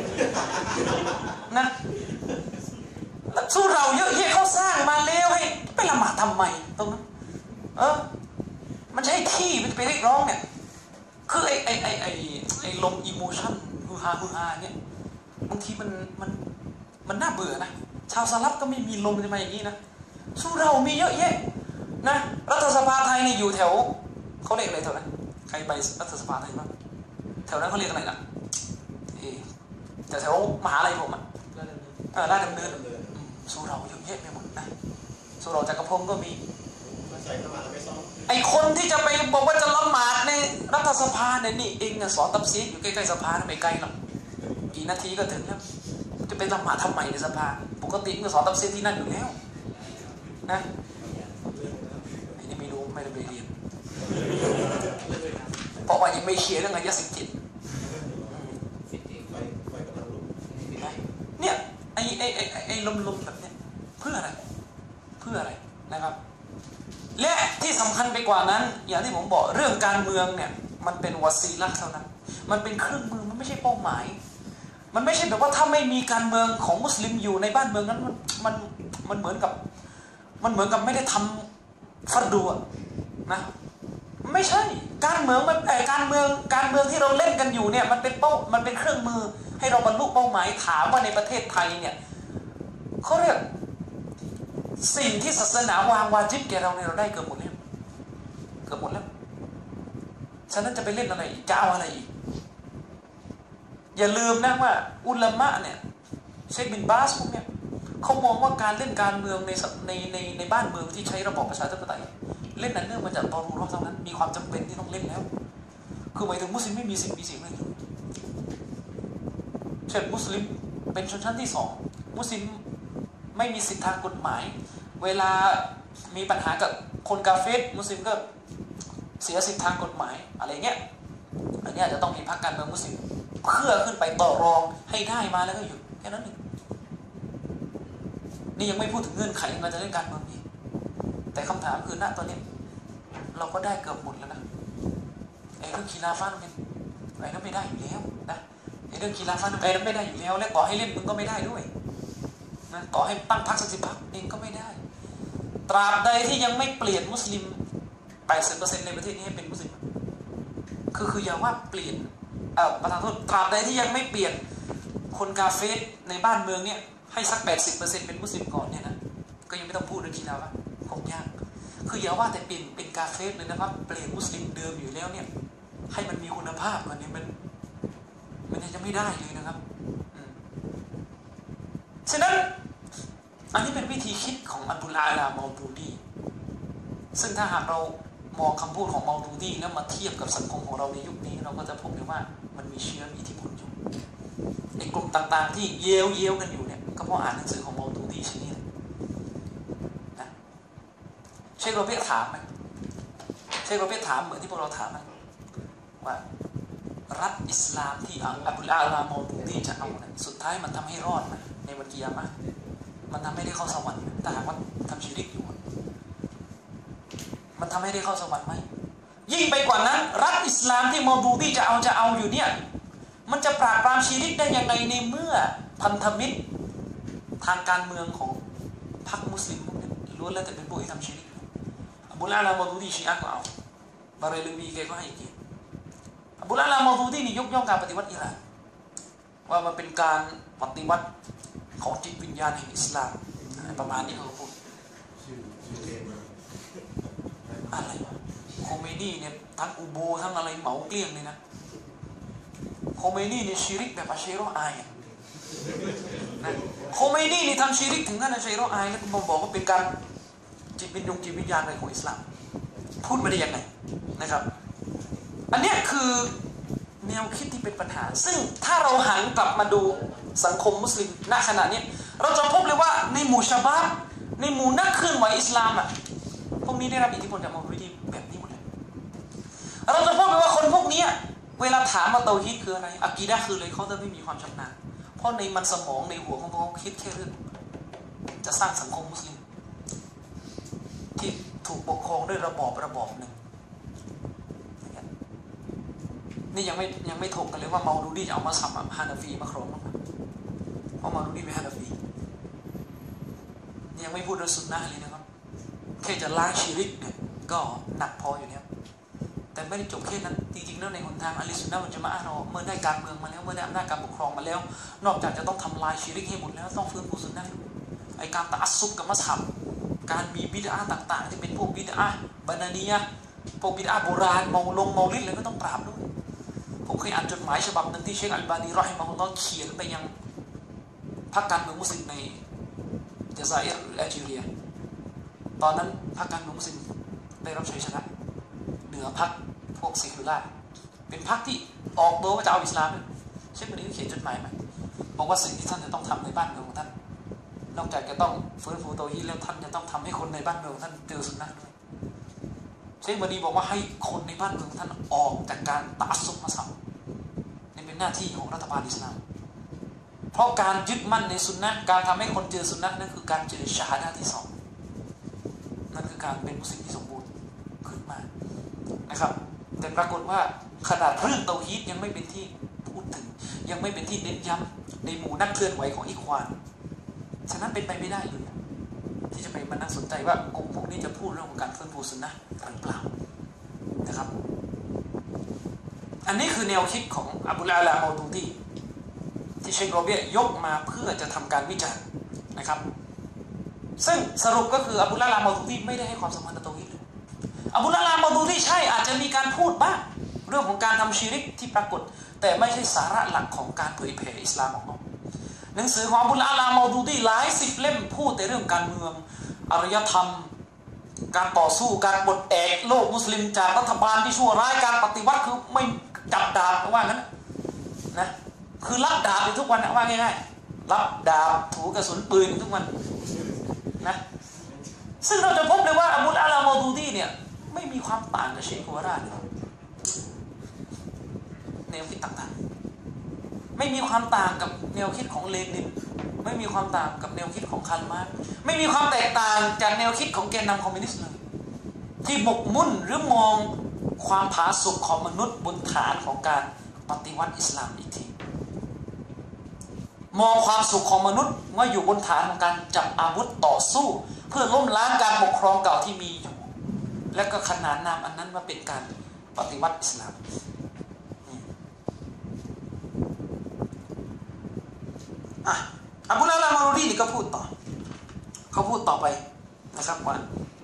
นะสู้เราเยอะแยะเขาสร้างมาแล้วให้ไปละหมาดทำไมตรงนั้นมันใช่ที่ไปเรียกร้องเนี่ยคือไอ้ลมอิโมชั่นฮือฮาเนี่ยบางทีมันน่าเบื่อนะชาวสลับก็ไม่มีลมจะมาอย่างนี้นะสู้เรามีเยอะแยะนะรัฐสภาไทยเนี่ยอยู่แถวเขาเรียกอะไรแถวนั้นใครไปรัฐสภาไทยบ้างแถวนั้นเขาเรียกอะไรล่ะแต่แถวมหาลัยผมอ่ะลาดดำเนินสู้เราเยอะแยะไปหมดนะสู้เราจักรพงศ์ก็มีไอคนที่จะไปบอกว่าจะละหมาดในรัฐสภาเนี่ยนี่เองสอนตับซีดอยู่ใกล้ๆสภาไม่ไกลหรอกกี่นาทีก็ถึงแล้วจะไปละหมาดทำไมในสภาปกติก็สอนตับซีดที่นั่นอยู่แล้วนะไอ้นี่ไม่รู้ไม่ได้ไปเรียนเพราะว่ายังไม่เขียนเรื่องอายะ17เนี่ยไอ้ลมแบบเนี้ยเพื่ออะไรนะครับและที่สำคัญไปกว่านั้นอย่างที่ผมบอกเรื่องการเมืองเนี่ยมันเป็นวาซีละเท่านั้นมันเป็นเครื่องมือมันไม่ใช่เป้าหมายมันไม่ใช่แบบว่าถ้าไม่มีการเมืองของมุสลิมอยู่ในบ้านเมืองนั้นมันเหมือนกับไม่ได้ทำฟัรดูนะไม่ใช่การเมืองการเมืองที่เราเล่นกันอยู่เนี่ยมันเป็นเครื่องมือให้เราบรรลุเป้าหมายถามว่าในประเทศไทยเนี่ยเขาเรียกสิ่งที่ศาสนาวางวาจิบแกเราเนี่ยเราได้เกือบหมดแล้วฉะนั้นจะไปเล่นอะไรอีกจะเอาอะไรอีกอย่าลืมนะว่าอุลามะเนี่ยเชคบินบาสพวกเนี่ยเขามองว่าการเล่นการเมืองในบ้านเมืองที่ใช้ระบอบประชาธิปไตยเล่นนั้นเนื่องมาจากตอรูเราะเท่านั้นมีความจำเป็นที่ต้องเล่นแล้วคือหมายถึงมุสลิมไม่มีสิทธิ์มีเสียงเลยเช่นมุสลิมเป็นชนชั้นที่สองมุสลิมไม่มีสิทธิทางกฎหมายเวลามีปัญหากับคนกาเฟรมุสลิมก็เสียสิทธิทางกฎหมายอะไรเงี้ยอันนี้อาจจะต้องมีพรรคการเมืองมุสลิมเพื่อขึ้นไปต่อรองให้ได้มาแล้วก็หยุดแค่นั้นเองนี่ยังไม่พูดถึงเงื่อนไขการจะเล่นการเมืองนี่แต่คำถามคือณตอนนี้เราก็ได้เกือบหมดแล้วนะไอ้เรื่องคีราฟ้าเป็นไอ้นั้นไม่ได้อยู่แล้วนะไอ้เรื่องคีราฟ้าไอ้นั้นไม่ได้อยู่แล้วและต่อให้เล่นมึงก็ไม่ได้ด้วยนะต่อให้ตั้งพรรคสัก10 พรรคเองก็ไม่ได้ตราบใดที่ยังไม่เปลี่ยนมุสลิม 80% ในประเทศนี้ให้เป็นมุสลิมคืออย่าว่าเปลี่ยนประธานโทษตราบใดที่ยังไม่เปลี่ยนคนกาเฟรในบ้านเมืองเนี่ยให้สัก 80% เป็นมุสลิมก่อนเนี่ยนะก็ยังไม่ต้องพูดเรื่องคีราฟ้าคงยากคืออย่าว่าแต่เปลี่ยนเป็นกาเฟรเลยนะครับเปลี่ยนมุสลิมเดิมอยู่แล้วเนี่ยให้มันมีคุณภาพก่อนเนี่ยมันยังจะไม่ได้เลยนะครับฉะนั้นอันนี้เป็นวิธีคิดของอับดุลอาลาเมาดูดีซึ่งถ้าหากเรามองคำพูดของเมาดูดีแล้วมาเทียบกับสังคมของเราในยุคนี้เราก็จะพบเลยว่ามันมีเชื้ออิทธิพลอยู่ในกลุ่มต่างๆที่เย้ยวกันอยู่เนี่ยก็เพราะอ่านหนังสือของเมาดูดีชิ้นนี้นะเชคโรเบียถามไหมเชคโรเบียถามเหมือนที่พวกเราถามไหมว่ารัฐอิสลามที่อับดุลอาลาเมาดูดีจะเอาเนี่ยสุดท้ายมันทำให้รอดไหมในวันกิยามะห์มันทำให้ได้เข้าสวรรค์แต่หากว่าทำชิริกอยู่มันทำให้ได้เข้าสวรรค์ไหมยิ่งไปกว่านั้นรัฐอิสลามที่เมาดูดีจะเอาอยู่เนี่ยมันจะปราบปรามชิริกได้ยังไงในเมื่อพันธมิตรทางการเมืองของพรรคมุสลิมล้วนแล้วแต่เป็นพวกที่ทำชิริกอับดุลอาลาเมาดูดีชีอะห์ก็เอาบาเรลวีแกก็ให้เกียรติอับดุลอาลาเมาดูดีนี่ยกย่องการปฏิวัติอิหร่านว่ามันเป็นการปฏิวัติของจิตวิญญาณแห่งอิสลามประมาณนี้เขาพูดอะไรวะโคเมนีเนี่ยทั้งอุโบทั้งอะไรเหมาเกลี้ยงเลยนะโคเมนีเนี่ยชิริกแบบอัชชัยรออายนะโคเมนีนี่ทำชิริกถึงขั้นอัชชัยรออายแล้วก็บอกว่าเป็นการจิตวิญญาณอะไรของอิสลามพูดมาได้ยังไงนะครับอันนี้คือแนวคิดที่เป็นปัญหาซึ่งถ้าเราหันกลับมาดูสังคมมุสลิมณขณะนี้เราจะพบเลยว่าในหมู่ชาบาบในหมู่นักเคลื่อนไหวอิสลามอ่ะพวกนี้ได้รับอิทธิพลจากเมาดูดีแบบนี้หมดเลยเราจะพบเลยว่าคนพวกนี้เวลาถามว่าเตาฮีดคืออะไรอะกีดะห์คืออะไรเขาจะไม่มีความชำนาญเพราะในมันสมองในหัวของเขาคิดแค่เรื่องจะสร้างสังคมมุสลิมที่ถูกปกครองด้วยระบอบหนึ่งนี่ยังไม่ถกกันเลยว่าเมาดูดีจะเอามาสัมฮานาฟีมาครองมั้งเพราะเมาดูดีเป็นฮานาฟียังไม่พูดเรื่องซุนนะห์เลยนะครับแค่จะล้างชิริกเนี่ยก็หนักพออยู่แล้วแต่ไม่ได้จบแค่นั้นจริงๆแล้วในหนทางอะลิซุนนะฮ์วัลญะมาอะห์เราเมื่อได้การเมืองมาแล้วเมื่อได้อำนาจการปกครองมาแล้วนอกจากจะต้องทำลายชิริกให้หมดแล้วต้องฟื้นฟูซุนนะห์ไอการตะอัสซุบกับมัซฮับการมีบิดอะห์ต่างๆที่เป็นพวกบิดอะห์บานานียะห์พวกบิดอะห์โบราณเมาลิดอะไรก็ต้องปราบด้วยผมเคยอ่านจดหมายฉบับหนึ่งที่เชคอัลบานีรอฮิมะฮุลลอฮ์เขียนไปยังพรรคการเมืองมุสลิมในเจซาอิรหรือแอลจีเรียตอนนั้นพรรคการเมืองมุสลิมได้รับชัยชนะเหนือพรรคพวกเซคุล่าเป็นพรรคที่ออกตัวว่าจะเอาอิสลามเชคคนนี้เขียนจดหมายมาบอกว่าสิ่งที่ท่านจะต้องทำในบ้านเมืองของท่านนอกจากจะต้องฟื้นฟูเตาฮีดแล้วท่านจะต้องทำให้คนในบ้านเมืองของท่านเจอสุนนะห์ด้วยเชคบดีบอกว่าให้คนในบ้านเมืองท่านออกจากการตะอัสซุบมัซฮับนี่เป็นหน้าที่ของรัฐบาลอิสลามเพราะการยึดมั่นในสุนนะห์การทำให้คนเจอสุนนะห์นั่นคือการเจอชะฮาดะห์ที่สองนั่นคือการเป็นมุสลิมที่สมบูรณ์ขึ้นมานะครับแต่ปรากฏว่าขนาดเรื่องเตาฮีดยังไม่เป็นที่พูดถึงยังไม่เป็นที่เน้นย้ำในหมู่นักเคลื่อนไหวของอิควานฉะนั้นเป็นไปไม่ได้เลยที่จะไปมานั่งสนใจว่ากลุ่มพวกนี้จะพูดเรื่องของการฟื้นฟูสุนนะห์หรือเปล่านะครับอันนี้คือแนวคิดของอับดุลอาลาเมาดูดีที่เชคโรเบียยกมาเพื่อจะทำการวิจารณ์นะครับซึ่งสรุปก็คืออับดุลอาลาเมาดูดีไม่ได้ให้ความสำคัญกับเตาฮีดเลยอับดุลอาลาเมาดูดีใช่อาจจะมีการพูดบ้างเรื่องของการทำชิริกที่ปรากฏแต่ไม่ใช่สาระหลักของการเผยแผ่อิสลามของเขาหนังสือของอับุลอาลามอดูดีหลาย10เล่มพูดแต่เรื่องการเมืองอารยธรรมการต่อสู้การปลดแอกโลกมุสลิมจากรัฐบาลที่ชั่วร้ายการปฏิวัติคือไม่จับดาบว่างั้นนะคือรับดาบอยู่ทุกวันนะว่าง่ายๆรับดาบถูกระสุนปืนทุกวันนะซึ่งเราจะพบเลยว่าอับุลอาลามอดูดีเนี่ยไม่มีความต่างกับเชคกุวาราเลยแนวคิดต่างๆไม่มีความต่างกับแนวคิดของเลนินไม่มีความต่างกับแนวคิดของคาร์ลมาร์กซ์ไม่มีความแตกต่างจากแนวคิดของแกนนำคอมมิวนิสต์เลยที่หมกมุ่นหรือมองความผาสุกของมนุษย์บนฐานของการปฏิวัติอิสลามอีกทีมองความสุขของมนุษย์ว่าอยู่บนฐานของการจับอาวุธต่อสู้เพื่อล้มล้างการปกครองเก่าที่มีอยู่และก็ขนานนามอันนั้นมาเป็นการปฏิวัติอิสลามอับุลอาลามอดูดีนี่ก็พูดต่อเขาพูดต่อไปนะครับว่า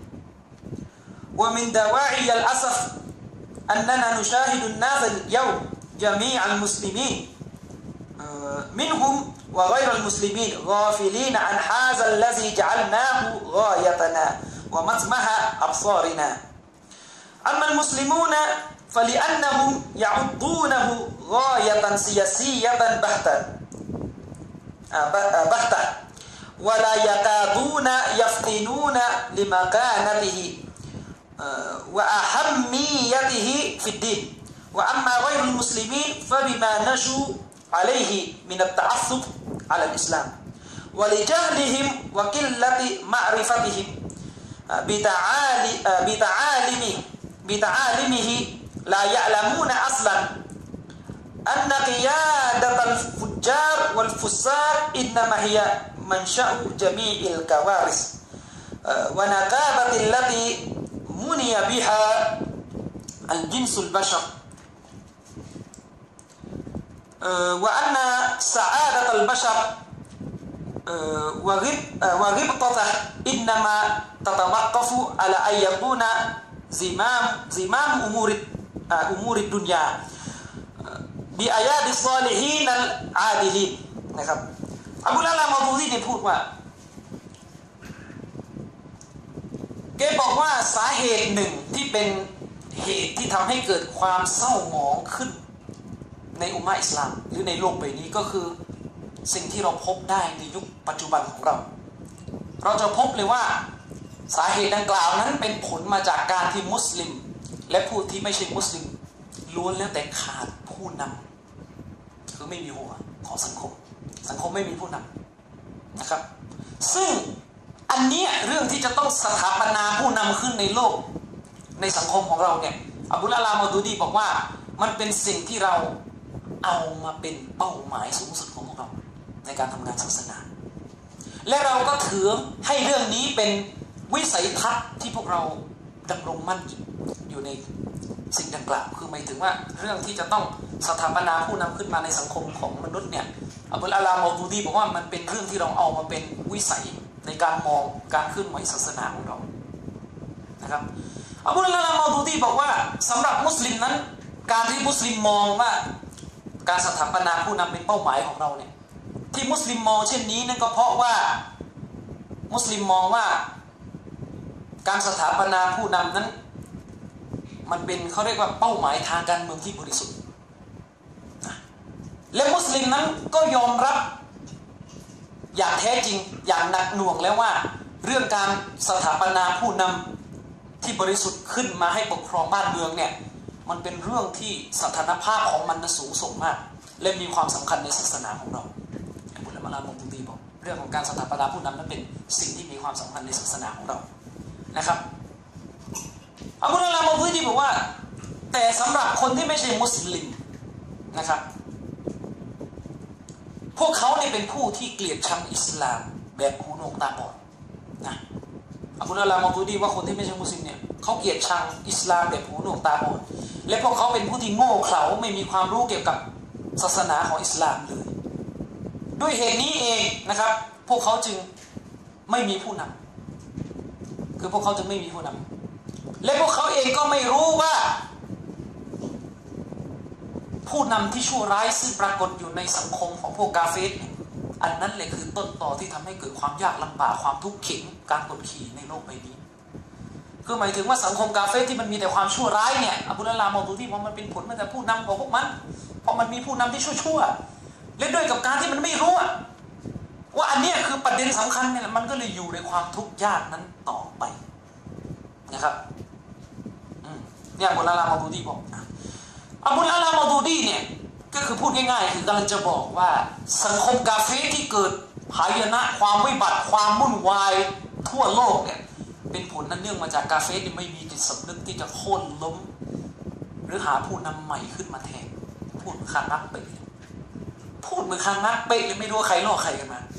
ومن دواعي الأسف أننا نشاهد الناس اليوم جميع المسلمين منهم وغير المسلمين غافلين عن هذا الذي جعلناه غايتنا ومطمح أبصارنا أما المسلمون فلأنهم يعدونه غاية سياسية بحتة ولا يكادون يفطنون لمكانته وأهميته في الدين وأما غير المسلمين فبما نشوا عليه من التعصب على الإسلام ولجهلهم وقلة معرفتهم بتعاليمه لا يعلمون أصلا أن قيادة الفجار والفساق إنما هي منشأ جميع الكوارث ونكابة التي مني بها الجنس البشر وأن سعادة البشر وغبطته إنما تتوقف على أن يكون زمام أمور الدنيا بأياد الصالحين العادلين นะครับอับุลอาลามอดูดีเนี่ยพูดว่าแกบอกว่าสาเหตุหนึ่งที่เป็นเหตุที่ทำให้เกิดความเศร้าหมองขึ้นในอุมมะห์อิสลามหรือในโลกใบนี้ก็คือสิ่งที่เราพบได้ในยุคปัจจุบันของเราจะพบเลยว่าสาเหตุดังกล่าวนั้นเป็นผลมาจากการที่มุสลิมและผู้ที่ไม่ใช่มุสลิมล้วนแล้วแต่ขาดผู้นำคือไม่มีหัวของสังคมไม่มีผู้นำนะครับซึ่งอันนี้เรื่องที่จะต้องสถาปนาผู้นำขึ้นในโลกในสังคมของเราเนี่ยอับุลอาลามอดูดีบอกว่ามันเป็นสิ่งที่เราเอามาเป็นเป้าหมายสูงสุดของพวกเราในการทำงานศาสนาและเราก็ถือให้เรื่องนี้เป็นวิสัยทัศน์ที่พวกเราดำรงมั่นอยู่ในสิ่งดังกล่าวคือหมายถึงว่าเรื่องที่จะต้องสถาปนาผู้นำขึ้นมาในสังคมของมนุษย์เนี่ยอับุลอาลามอดูดีบอกว่ามันเป็นเรื่องที่เราเอามาเป็นวิสัยในการมองการเคลื่อนไหวศาสนาของเรานะครับอับุลอาลามอดูดีบอกว่าสำหรับมุสลิมนั้นการที่มุสลิมมองว่าการสถาปนาผู้นำเป็นเป้าหมายของเราเนี่ยที่มุสลิมมองเช่นนี้นั่นก็เพราะว่ามุสลิมมองว่าการสถาปนาผู้นำนั้นมันเป็นเขาเรียกว่าเป้าหมายทางการเมืองที่บริสุทธิ์และมุสลิมนั้นก็ยอมรับอย่างแท้จริงอย่างหนักหน่วงแล้วว่าเรื่องการสถาปนาผู้นำที่บริสุทธิ์ขึ้นมาให้ปกครองบ้านเมืองเนี่ยมันเป็นเรื่องที่สถานภาพของมันสูงส่งมากและมีความสำคัญในศาสนาของเราอับุลอาลามอดูดีบอกเรื่องของการสถาปนาผู้นำนั้นเป็นสิ่งที่มีความสำคัญในศาสนาของเรานะครับอับุลอาลามอดูดีบอกว่าแต่สำหรับคนที่ไม่ใช่มุสลิมนะครับพวกเขาเนี่ยเป็นผู้ที่เกลียดชังอิสลามแบบหูหนวกตาบอดนะอับุลอาลามอดูดีว่าคนที่ไม่ใช่มุสลิมเนี่ยเขาเกลียดชังอิสลามแบบหูหนวกตาบอดและพวกเขาเป็นผู้ที่โง่เขลาไม่มีความรู้เกี่ยวกับศาสนาของอิสลามเลยด้วยเหตุนี้เองนะครับพวกเขาจึงไม่มีผู้นำคือพวกเขาจึงไม่มีผู้นำและพวกเขาเองก็ไม่รู้ว่าผู้นำที่ชั่วร้ายซึ่งปรากฏอยู่ในสังคมของพวกกาเฟรอันนั้นเลยคือต้นตอที่ทำให้เกิดความยากลำบากความทุกข์เข็ญการกดขี่ในโลกใบนี้คือหมายถึงว่าสังคมกาเฟรที่มันมีแต่ความชั่วร้ายเนี่ยอับูลลามอดูที่ว่ามันเป็นผลมาจากผู้นำของพวกมันเพราะมันมีผู้นำที่ชั่วและด้วยกับการที่มันไม่รู้ว่าอันนี้คือประเด็นสำคัญเนี่ยมันก็เลยอยู่ในความทุกข์ยากนั้นต่อไปนะครับเนี่ยอับูลลามอดูดีบอกอับูลลามอดูดีเนี่ยก็คือพูดง่ายๆคือกำลังจะบอกว่าสังคมกาเฟรที่เกิดหายนะความวิบัติความวุ่นวายทั่วโลกเนี่ยเป็นผลนั้นเนื่องมาจากกาเฟรที่ไม่มีจิตสำนึกที่จะโค่นล้มหรือหาผู้นำใหม่ขึ้นมาแทนพูดคานักเป๊ะพูดเหมือนคานักเป๊ะเลยไม่รู้ว่าใครล่อใครกันมา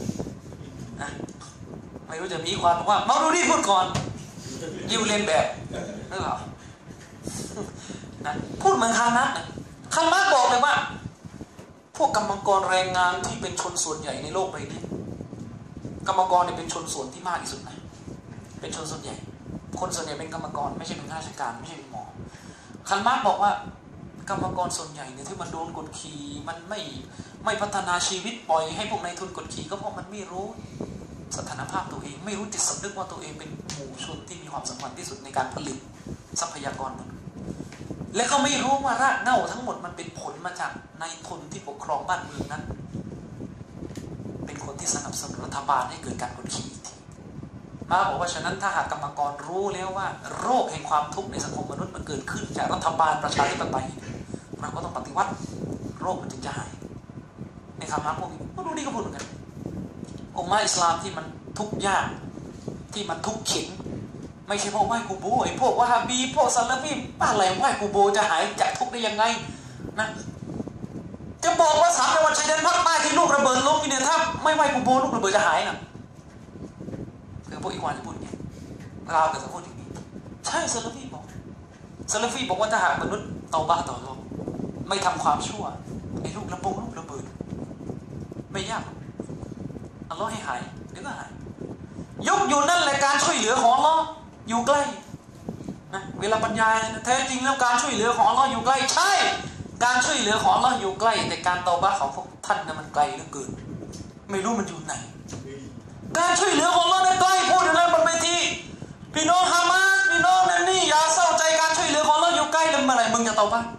ไม่รู้จะมีความว่ามาดูดิพูดก่อนยิวเล่นแบบหรือเปล่านะพูดเหมือนคานักคานักบอกเลยว่าพวกกรรมกรแรงงานที่เป็นชนส่วนใหญ่ในโลกใบนี้กรรมกรเนี่ยเป็นชนส่วนที่มากที่สุดนะเป็นชนส่วนใหญ่คนส่วนใหญ่เป็นกรรมกรไม่ใช่เป็นข้าราชการไม่ใช่เป็นหมอคันมาร์กบอกว่ากรรมกรส่วนใหญ่เนี่ยที่มันโดนกดขี่มันไม่พัฒนาชีวิตปล่อยให้พวกนายทุนกดขี่ก็เพราะมันไม่รู้สถานภาพตัวเองไม่รู้จิตสำนึกว่าตัวเองเป็นหมู่ชนที่มีความสำคัญที่สุดในการผลิตทรัพยากรมนุษย์และก็ไม่รู้ว่ารากเหง้าทั้งหมดมันเป็นผลมาจากนายทุนที่ปกครองบ้านเมืองนั้นเป็นคนที่สนับสนุนรัฐบาลให้เกิดการกดขี่มาบอกว่าฉะนั้นถ้าหากกรรมกรรู้แล้วว่าโรคแห่งความทุกข์ในสังคมมนุษย์มันเกิดขึ้นจากรัฐบาลประชาธิปไตยเราก็ต้องปฏิวัติโรคมันจึงจะหายในคำนั้นพวกนี้ก็ดูดีก็พูดเหมือนกันองค์อิสลามที่มันทุกข์ยากที่มันทุกข์เข็ญไม่ใช่พวกไหว้กูโบไอ้พวกวะฮาบีพวกซาลาฟีอะไรไหว้กูโบจะหายจากทุกข์ได้ยังไงนะจะบอกว่า3 จังหวัดชายแดนภาคใต้ที่ลูกระเบิดล้มอยู่เนี่ยถ้าไม่ไหว้กูโบลูกระเบิดจะหายนะพวกอีกวันจะพูดอย่างนี้เราแต่จะพูดอย่างนี้ใช่ซาลาฟีบอกว่าถ้าหากมนุษย์เตาบ้าต่อโลกไม่ทำความชั่วไอ้ลูกระเบิดไม่ยากอัลลอฮ์ให้หายเดี๋ยวก็หายยุคอยู่นั่นแหละการช่วยเหลือของอัลลอฮ์อยู่ใกล้นะเวลาบรรยายแท้จริงแล้วการช่วยเหลือของอัลลอฮ์อยู่ใกล้ใช่การช่วยเหลือของอัลลอฮ์อยู่ใกล้แต่การเตาบ้าของพวกท่านนั้นมันไกลเหลือเกินไม่รู้มันอยู่ไหนการช่วยเหลือของเราในใกล้พูดอะไรบนเวทีพี่น้องฮามาสพี่น้องนั่นนี่อย่าเศร้าใจการช่วยเหลือของเราอยู่ใกล้แล้วเมื่อไหร่มึงจะเตาบ้า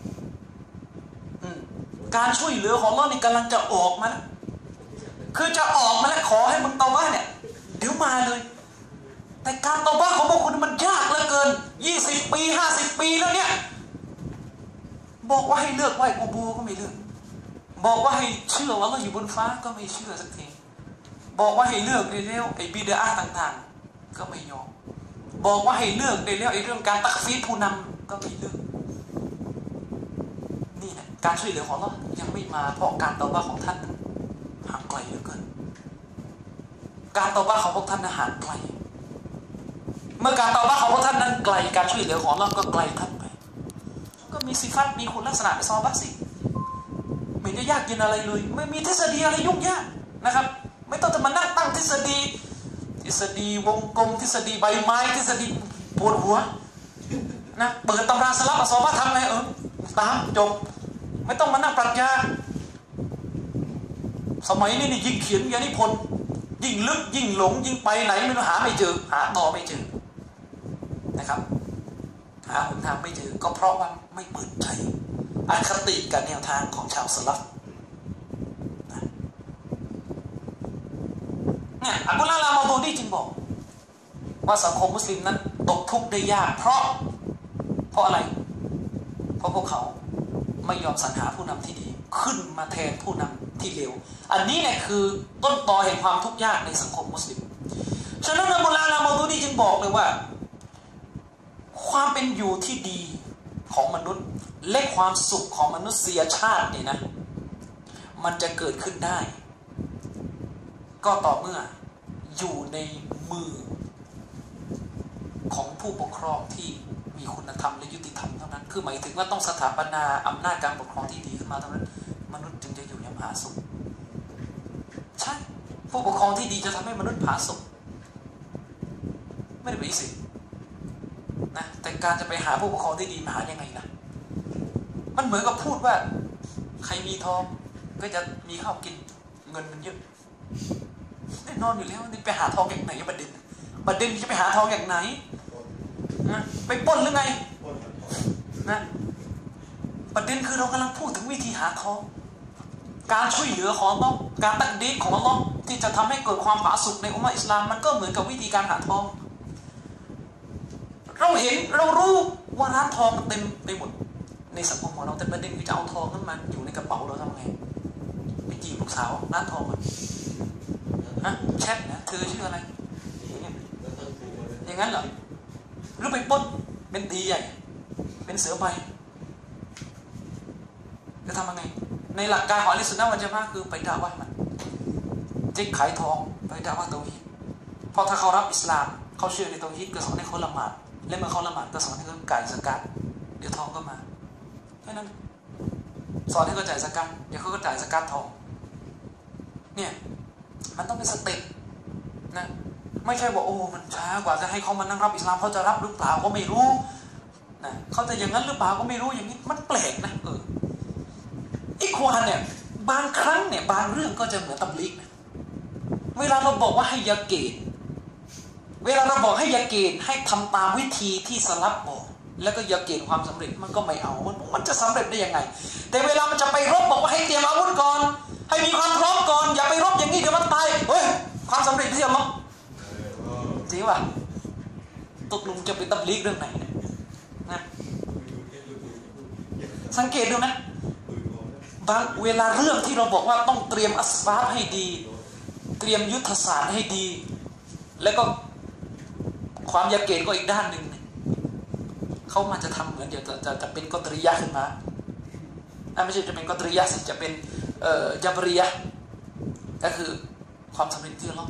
การช่วยเหลือของเรานี่กำลังจะออกมาแล้วคือจะออกมาแล้วขอให้มึงเตาบ้าเนี่ยเดี๋ยวมาเลยแต่การเตาบ้าของพวกคุณมันยากเหลือเกิน20 ปี50 ปีแล้วเนี่ยบอกว่าให้เลิกไหว้กูโบก็ไม่เลิกบอกว่าให้เชื่อว่าเราอยู่บนฟ้าก็ไม่เชื่อสักทีบอกว่าให้เลิกได้แล้วไอ้บิดาต่างๆก็ไม่ยอมบอกว่าให้เลิกได้แล้วไอ้เรื่องการตักฟีดผู้นำก็ไม่เลิกนี่นะการช่วยเหลือของเรายังไม่มาเพราะการเตาบ้าของท่านห่างไกลเหลือเกินการเตาบ้าของพวกท่านห่างไกลเมื่อการเตาบ้าของพวกท่านนั้นไกลการช่วยเหลือของเราก็ไกลท่านไปก็มีสิฟัตมีคุณลักษณะเป็นซอบัสสิไม่ได้ยากเย็นอะไรเลยไม่มีทฤษฎีอะไรยุ่งยากนะครับไม่ต้องจะมานั่งตั้งทฤษฎีวงกลมทฤษฎีใบไม้ทฤษฎีปวดหัวนะเปิดตำราสลับอักษรว่าทำไงตามจบไม่ต้องมานั่งปรัชญาสมัยนี้นี่ยิ่งเขียนยานิพนธ์ยิ่งลึกยิ่งหลงยิ่งไปไหนไม่รู้หาไม่เจอหาต่อไม่เจอนะครับหาหนทางไม่เจอก็เพราะว่าไม่เปิดใจอคติกับแนวทางของชาวสลับอับูลาลามอดูดีจึงบอกว่าสังคมมุสลิมนั้นตกทุกข์ได้ยากเพราะอะไรเพราะพวกเขาไม่ยอมสรรหาผู้นำที่ดีขึ้นมาแทนผู้นำที่เลวอันนี้แหละคือต้นตอแห่งความทุกข์ยากในสังคมมุสลิมฉะนั้นอับูลาลามอดูดีจึงบอกเลยว่าความเป็นอยู่ที่ดีของมนุษย์และความสุขของมนุษยชาติเนี่ยนะมันจะเกิดขึ้นได้ก็ต่อเมื่ออยู่ในมือของผู้ปกครองที่มีคุณธรรมและยุติธรรมเท่านั้นคือหมายถึงว่าต้องสถาปนาอำนาจการปกครองที่ดีขึ้นมาเท่านั้นมนุษย์จึงจะอยู่อย่างผาสุกใช่ผู้ปกครองที่ดีจะทำให้มนุษย์ผาสุกไม่ได้เป็นสินะแต่การจะไปหาผู้ปกครองที่ดีมาหายังไงนะมันเหมือนกับพูดว่าใครมีทองก็จะมีข้าวกินเงินมันเยอะแน่นอนอยู่แล้วนี่ไปหาทองจากไหนประเด็นจะไปหาทองจากไหนนะไปปล้นหรือไงนะประเด็นคือเรากำลังพูดถึงวิธีหาทองการช่วยเหลือของอัลเลาะห์การตักดีของอัลเลาะห์ที่จะทำให้เกิดความผาสุกในอุมมะห์อิสลามมันก็เหมือนกับวิธีการหาทองเราเห็นเรารู้ว่าร้านทองเต็มไปหมดในสังคมของเราแต่ประเด็นคือจะเอาทองนั้นมาอยู่ในกระเป๋าเราทำไงไปจีบลูกสาวร้านทองฮะแชทนะเธอชื่ออะไรอย่างนั้นเหรอหรือไปปล้นเป็นตีใหญ่เป็นเสือใบจะทำยังไงในหลักการของอะห์ซุนนะฮ์วัลญะมาอะห์คือไปด่าว่ามันจิกขายทองไปด่าว่าเตาฮีดเพราะถ้าเขารับอิสลามเขาเชื่อในเตาฮีดก็สอนให้เขาละหมาดและเมื่อเขาละหมาดก็สอนให้เขาจ่ายซะกาตเดี๋ยวทองก็มาแค่นั้นสอนให้เขาจ่ายซะกาตเดี๋ยวเขาก็จ่ายซะกาตทองเนี่ยมันต้องเป็นสเต็ปนะไม่ใช่ว่าโอ้มันช้ากว่าจะให้เขามานั่งรับอิสลามเขาจะรับหรือเปล่าก็ไม่รู้นะเขาจะอย่างนั้นหรือเปล่าก็ไม่รู้อย่างนี้มันแปลกนะอิควานเนี่ยบางครั้งเนี่ยบางเรื่องก็จะเหมือนตับลิกนะเวลาเราบอกว่าให้ยาเกณฑ์เวลาเราบอกให้ยาเกณฑ์ให้ทำตามวิธีที่สลับบอกแล้วก็ยาเกณฑ์ความสำเร็จมันก็ไม่เอามันจะสำเร็จได้ยังไงแต่เวลามันจะไปรบบอกว่าให้เตรียมอาวุธก่อนให้มีความพร้อมก่อนอย่าไปรบอย่างนี้เดี๋ยวมันตายเฮ้ยความสำเร็จที่จะมั้งจริงป่ะตกลงจะไปตับลิกเรื่องไหนนะสังเกตดูนะบางเวลาเรื่องที่เราบอกว่าต้องเตรียมอัสบาบให้ดีเตรียมยุทธศาสตร์ให้ดีแล้วก็ความยาเกณฑ์ก็อีกด้านหนึ่งเขามาจะทำเหมือนเดี๋ยวจะเป็นกอตริยะขึ้นมาไม่ใช่จะเป็นกอตริยะสิจะเป็นญะบริยะก็คือความสำเร็จที่อัลเลาะห์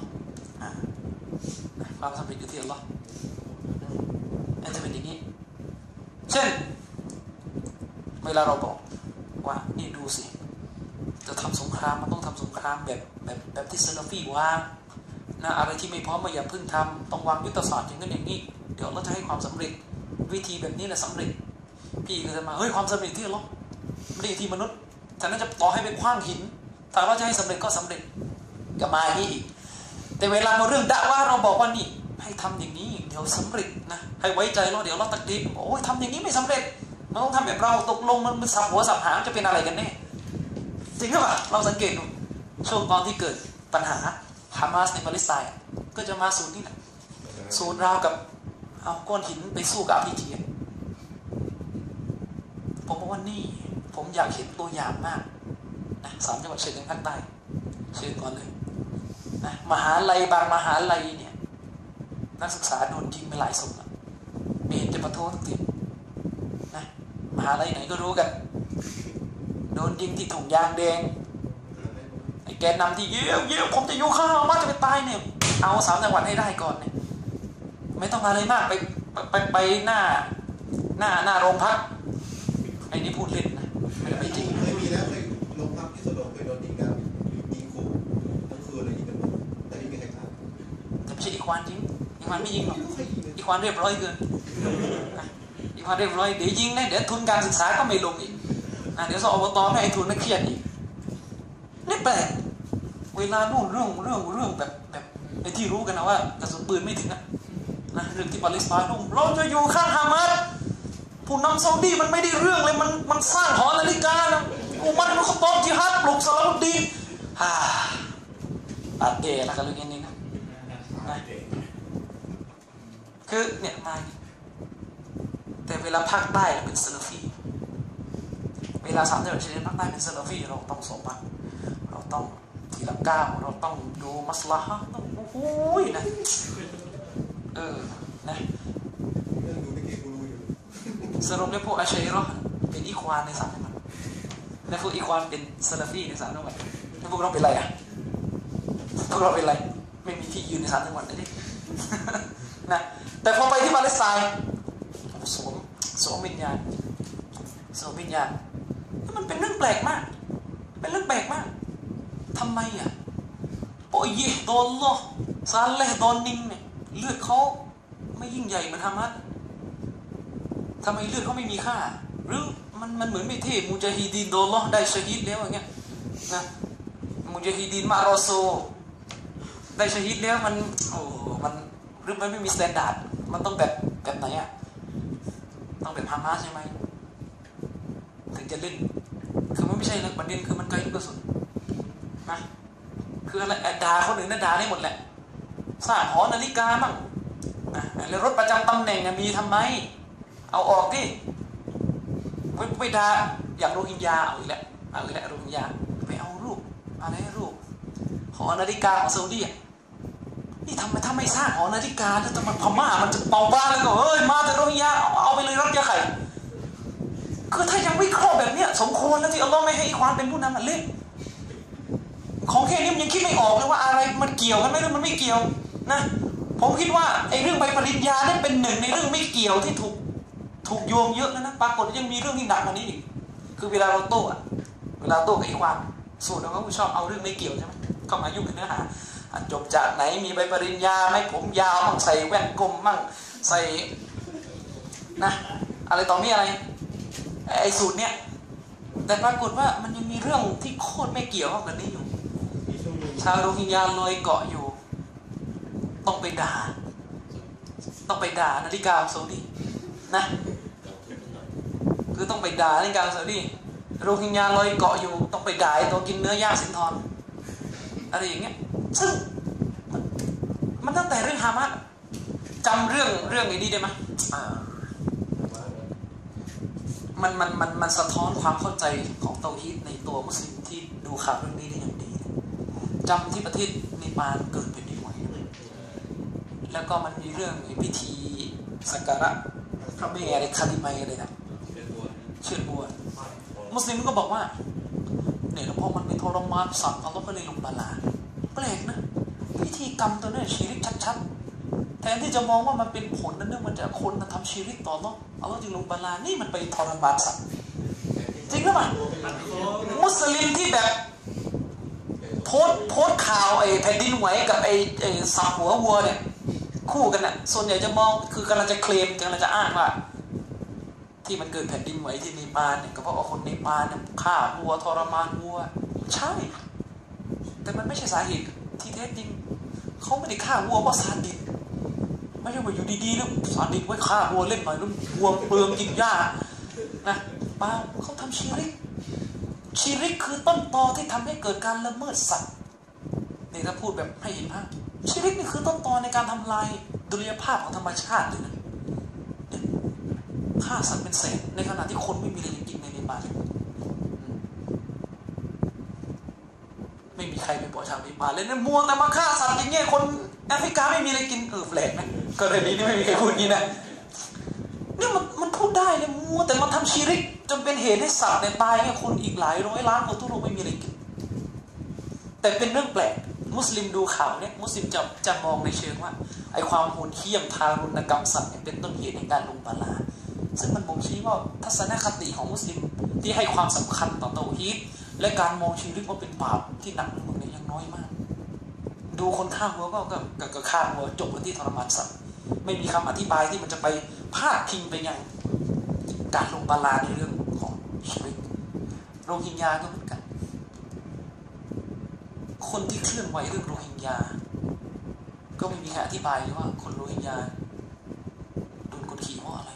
ความสำเร็จที่อัลเลาะห์อาจจะเป็นอย่างนี้เช่นเวลาเราบอกว่านี่ดูสิจะทำสงครามมันต้องทำสงครามแบบที่ซะลาฟีวางนะอะไรที่ไม่พร้อมอย่าเพิ่งทำต้องวางยุทธศาสตร์อย่างนั้นอย่างนี้เดี๋ยวเราจะให้ความสำเร็จวิธีแบบนี้แหละสำเร็จพี่ก็จะมาเฮ้ยความสำเร็จที่อัลเลาะห์ไม่ได้ที่มนุษย์ฉะนั้นจะต่อให้เป็นขว้างหินถ้าว่าจะให้สำเร็จก็สำเร็จก็มาอย่างนี้อีกแต่เวลามาเรื่องดะว่าเราบอกว่านี่ให้ทำอย่างนี้เดี๋ยวสำเร็จนะให้ไว้ใจเราเดี๋ยวเราตักดีโอ้ยทำอย่างนี้ไม่สำเร็จมันต้องทำแบบเราตกลงมันสับหัวสับหางจะเป็นอะไรกันแน่จริงหรือเปล่าเราสังเกตดูช่วงตอนที่เกิดปัญหาฮามาสในปาเลสไตน์ก็จะมาสูตรนี่แหละสูตรราวกับเอาก้อนหินไปสู้กับRPGผมบอกว่านี่ผมอยากเห็นตัวอย่างมากนะ3 จังหวัดชายแดนภาคใต้เชิญก่อนเลยนะมหาลัยบางมหาลัยเนี่ยนักศึกษาโดนยิงไปหลายศพแล้วไม่เห็นจะประท้วงสักทีนะมหาลัยไหนก็รู้กันโดนยิงที่ถุงยางแดงไอ้แกนนำที่เยี่ยวผมจะอยู่ข้างมาจะไปตายเนี่ยเอา3 จังหวัดให้ได้ก่อนเนี่ยไม่ต้องอะไรมากไปหน้าโรงพักไอ้นี่พูดเล่นนะไม่จริงเคยมีแล้วเคยโรงพักที่สโลเคยโดนยิงกันยิงขู่ทั้งคืนเลยยิงกันแต่นี่ไม่ใครทำแต่ไม่ใช่อีควานยิงอีควานไม่ยิงหรอกอีควานเรียบร้อยเกินอีควานเรียบร้อยเดี๋ยวยิงนะเดี๋ยวทุนการศึกษาก็ไม่ลงอีกเดี๋ยวสอบตไม่ให้ทุนนักเครียดอีกนี่แปลกเวลานู่นเรื่องแบบไอ้ที่รู้กันนะว่ากระสุนปืนไม่ถึงนะเรื่องที่ปาเลสไตน์เราจะอยู่ข้างฮามาสผู้นำซาอุดีมันไม่ได้เรื่องเลยมันสร้างหอนาฬิกานะอุมัรมันเขาตอบจิฮัดปลุกซาลาอุดดีนตัดเดะแล้วกันเรื่องนี้นะคือเนี่ยมาแต่เวลาภาคใต้เป็นซาลาฟีเวลา3 จังหวัดชายแดนภาคใต้เป็นซาลาฟีเราต้องสมบัติเราต้องทีละก้าวเราต้องดูมัสลาฮะต้องโอ้โหนะนะสรุปแล้วพวกอาชัยรอเป็นอีควานใน3 จังหวัดและพวกอีควานเป็นซาลาฟีใน3 จังหวัดแล้วพวกเราเป็นอะไรพวกเราเป็นอะไรไม่มีที่ยืนใน3 จังหวัดเลยดินะแต่พอไปที่ปาเลสไตน์สวมวิญญาณมันเป็นเรื่องแปลกมากเป็นเรื่องแปลกมากทำไมโอ้ยโดนล้อซาเลห์โดนนิงเนี่ยเลือดเขาไม่ยิ่งใหญ่เหมือนฮามัสทำไมเลือดเขาไม่มีค่าหรือมันเหมือนไม่เท่มุจาฮิดีนโดนล้อได้ชะฮีดแล้วอย่างเงี้ยนะมุจาฮิดีนมารอโซได้ชะฮีดแล้วมันมันหรือมันไม่มีสแตนดาร์ดมันต้องแบบไหนอ่ะต้องแบบฮามาสใช่ไหมถึงจะเล่นคือมันไม่ใช่นะประเด็นคือมันไกลลูกกระสุนนะคืออะไรด่าคนอื่นนะด่าได้หมดแหละสร้างหอนาฬิกามั่งแล้วรถประจำตำแหน่งมีทำไมเอาออกดิไปด่าอย่างโรฮิงญาเอาอีกแล้วโรฮิงญาไปเอารูปอะไรรูปหอนาฬิกาของซาอุดีนี่ทำไมถ้าไม่สร้างหอนาฬิกาแล้วจะมาพม่ามันจะเป่าบ้านแล้วก็มาแต่โรฮิงญาเอาไปเลยรัฐยาไข่คือถ้ายังวิเคราะห์แบบเนี้ยสมควรแล้วที่อัลลอฮ์ไม่ให้อิควานเป็นผู้นำเล่นของแค่นี้มันยังคิดไม่ออกเลยว่าอะไรมันเกี่ยวกันไหมหรือมันไม่เกี่ยวนะผมคิดว่าไอ้เรื่องใบปริญญาเนี่ยเป็นหนึ่งในเรื่องไม่เกี่ยวที่ถูกโยงเยอะนะปรากฏยังมีเรื่องที่หนักกว่านี้อีกคือเวลาเราโต้กับอิควานสูตรเราก็ชอบเอาเรื่องไม่เกี่ยวใช่ไหมเข้ามายุ่งกับเนื้อหาจบจากไหนมีใบปริญญาไหมผมยาวมั่งใส่แว่นกลมมั่งใส่นะอะไรต่อมีอะไรไอ้สูตรเนี้ยแต่ปรากฏว่ามันยังมีเรื่องที่โคตรไม่เกี่ยวกับนี้อยู่ชาวโรฮิงญาลอยเกาะอยู่ต้องไปด่านาฬิกาซาอุดีนะคือต้องไปด่านาฬิกาซาอุดีโรฮิงญาลอยเกาะอยู่ต้องไปด่าตัวกินเนื้อย่างสินทรอะไรอย่างเงี้ยซึ่งมันตั้งแต่เรื่องฮามาสจำเรื่องไอ้นี้ได้ไหมมันสะท้อนความเข้าใจของเตาฮีดในตัวมุสลิมที่ดูข่าวเรื่องนี้ได้อย่างดีจำที่ประเทศเนปาลเกิดเป็นดินไหวแล้วก็มันมีเรื่องพิธีสักการะพระแม่อะไรคาลิมัยอะไรนะเชิญบัวมุสลิมก็บอกว่าเนี่ยพอมันเป็นทรมานสั่งอัลลอฮ์ก็เลยลงบาลาแปลกนะพิธีกรรมตัวนี้ชีริกชัดๆแทนที่จะมองว่ามันเป็นผลนั่นเนื่องมาจากคนทำชีริกต่ออัลลอฮ์จึงลงบาลานี่มันไปทรมานสัตว์จริงหรือเปล่ามุสลิมที่แบบโพสข่าวไอ้แผ่นดินไหวกับไอ้สับหัววัวเนี่ยคู่กันน่ะส่วนใหญ่จะมองคือกำลังจะเคลมกำลังจะอ้างว่าที่มันเกิดแผ่นดินไหวที่เนปาลเนี่ยก็เพราะว่าคนเนปาลเนี่ยฆ่าวัวทรมานวัวใช่แต่มันไม่ใช่สาเหตุที่แท้จริงเขาไม่ได้ฆ่าวัวเพราะซาดิสไม่ใช่ว่าอยู่ดีๆแล้วซาดิสไว้ฆ่าวัวเล่นหน่อยแล้ววัวเปลืองกินหญ้านะเปล่าเขาทำชีริกคือต้นตอที่ทำให้เกิดการละเมิดสัตว์นี่ถ้าพูดแบบให้เห็นภาพชีริกนี่คือต้นตอในการทำลายดุลยภาพของธรรมชาติเลยนะฆ่าสัตว์เป็นแสนในขณะที่คนไม่มีอะไรกินในเนปาลไม่มีใครไปบอกชาวเนปาลเลยนะมัวแต่มาฆ่าสัตว์อย่างเงี้ยคนแอฟริกาไม่มีอะไรกินแปลกไหมกรณีนี้ไม่มีใครพูดงี้นะนี่มันพูดได้เนี่ยมัวแต่มาทำชีริกจนเป็นเหตุให้สัตว์เนี่ยตายเนี่ยคนอีกหลายร้อยล้านคนทั่วโลกไม่มีอะไรกินแต่เป็นเรื่องแปลกมุสลิมดูข่าวเนี่ยมุสลิมจะมองในเชิงว่าไอ้ความโหดเหี้ยมทารุณกรรมสัตว์เนี่ยเป็นต้นเหตุในการลงบาลาซึ่งมันบ่งชี้ว่าทัศนคติของมุสลิมที่ให้ความสำคัญต่อเตาฮีดและการมองชีริกว่าเป็นบาปที่หนักหน่วงเนี่ยยังน้อยมากดูคนฆ่าวัวก็ฆ่าวัวจบกันที่ทรมานสัตว์ไม่มีคำอธิบายที่มันจะไปพาดพิงไปยังการลงบาลาในเรื่องของชีริกโรฮิงญาก็เหมือนกันคนที่เคลื่อนไหวเรื่องโรฮิงญาก็ไม่มีใครอธิบายเลยว่าคนโรฮิงญาโดนกดขี่เพราะอะไร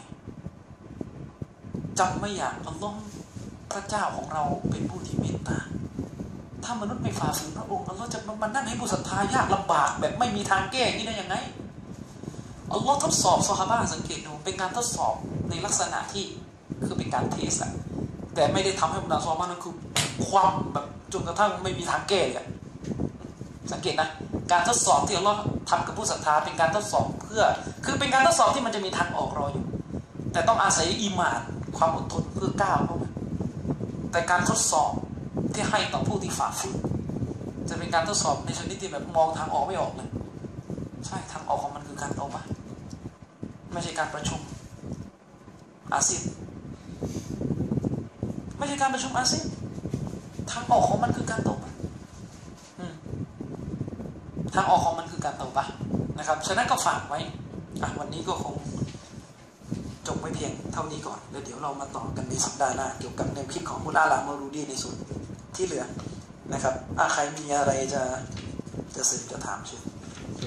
จำไม่อย่างอัลลอฮ์พระเจ้าของเราเป็นผู้ที่เมตตาถ้ามนุษย์ไม่ฝ่าฝืนพระองค์อัลลอฮ์จะมานั่งให้ผู้ศรัทธายากลำบากแบบไม่มีทางแก้นี่ได้ยังไงอัลลอฮ์ทดสอบซอฮาบะห์สังเกตดูเป็นการทดสอบในลักษณะที่คือเป็นการเทสอะแต่ไม่ได้ทำให้บรรดาซอฮาบะห์นั้นคือความแบบจนกระทั่งไม่มีทางแก้เลยสังเกตนะการทดสอบที่อัลลอฮ์ทำกับผู้ศรัทธาเป็นการทดสอบคือเป็นการทดสอบที่มันจะมีทางออกรออยู่แต่ต้องอาศัยอีหม่านความอดทนเพื่อก้าวเข้ามาแต่การทดสอบที่ให้ต่อผู้ที่ฝ่าฝืนจะเป็นการทดสอบในชนิดที่แบบมองทางออกไม่ออกเลยใช่ทางออกของมันคือการเตาบะห์ไม่ใช่การประชุมอาเซียนไม่ใช่การประชุมอาเซียนทางออกของมันคือการเตาบะห์ทางออกของมันคือการเตาบะห์นะครับฉะนั้นก็ฝากไว้วันนี้ก็คงจบไว้เพียงเท่านี้ก่อนแล้วเดี๋ยวเรามาต่อกันในสัปดาห์หน้าเกี่ยวกับแนวคิดของมุลาลามอรูดีในส่วนที่เหลือนะครับใครมีอะไรจะเสริมจะถามเชิญ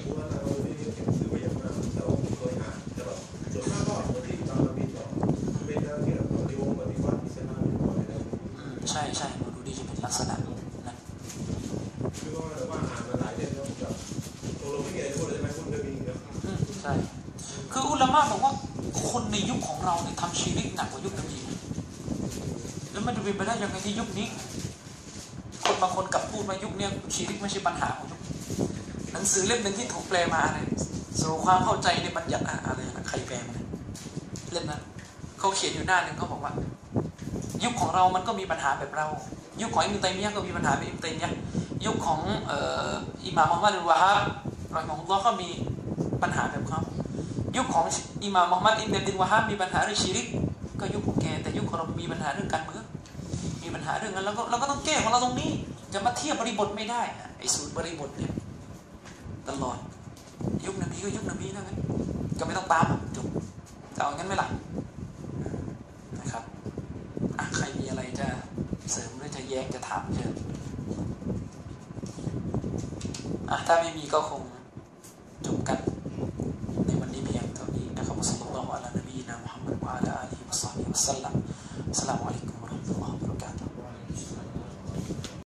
เพราะว่าเราไม่ได้เขียนสื่อไว้อย่างมากแต่ว่าผมเคยอ่านแต่แบบส่วนมากก็บางทีตามมาบินต่อเป็นแนวที่แบบในวงปฏิวัติอิสลามเป็นก่อนเลยนะใช่ใช่มาดูดีจะเป็นลักษณะนั้นคือว่าอ่านมาหลายเล่มแล้วแบบตัวเราไม่มีอะไรจะพูดเลยใช่ไหมพูดเรื่องนี้นะใช่คืออุลามะบอกว่าคนในยุคของเราเนี่ยทำชีริกหนักกว่ายุคนบีแล้วมันจะเป็นไปได้ยังไงที่ยุคนี้คนบางคนกลับพูดว่ายุคนี้ชีริกไม่ใช่ปัญหาของยุคหนังสือเล่มหนึ่งที่ถูกแปลมาเนี่ยสรุปความเข้าใจในบัญญัติอะไรนะใครแปลมาเล่มนั้นเขาเขียนอยู่หน้าหนึ่งเขาบอกว่ายุคของเรามันก็มีปัญหาแบบเรายุคของอิบนุตัยมียะห์ก็มีปัญหาแบบอิบนุตัยมียะห์ยุคของอิหม่ามมุฮัมมัดอัลวะฮาบรอฮิมะฮุลลอฮ์ก็มีปัญหาแบบเขายุคของอิหม่ามมุฮัมมัดอิบนุอับดุลวะฮาบมีปัญหาเรื่องชิริกก็ยุคของแกแต่ยุคของเรามีปัญหาเรื่องการเมืองมีปัญหาเรื่องนั้นแล้วเราก็ต้องแก้ของเราตรงนี้จะมาเทียบบริบทไม่ได้ไอ้สูตรบริบทเนี่ยตลอดยุคนบีก็ยุคนบีนะงั้นก็ไม่ต้องตามจบจะเอางั้นไหมล่ะนะครับใครมีอะไรจะเสริมหรือจะแย้งจะถามเชิญถ้าไม่มีก็คงจบกันในวันนี้เพียงเท่านี้นะครับศ็อลลัลลอฮุอะลานบีนะมุฮัมมัดวะอะลาอาลีฮิวะศอฮบิฮิวะซัลลัมอัสสลามุอะลัยกุมวะเราะห์มะตุลลอฮิวะบะเราะกาตุฮ์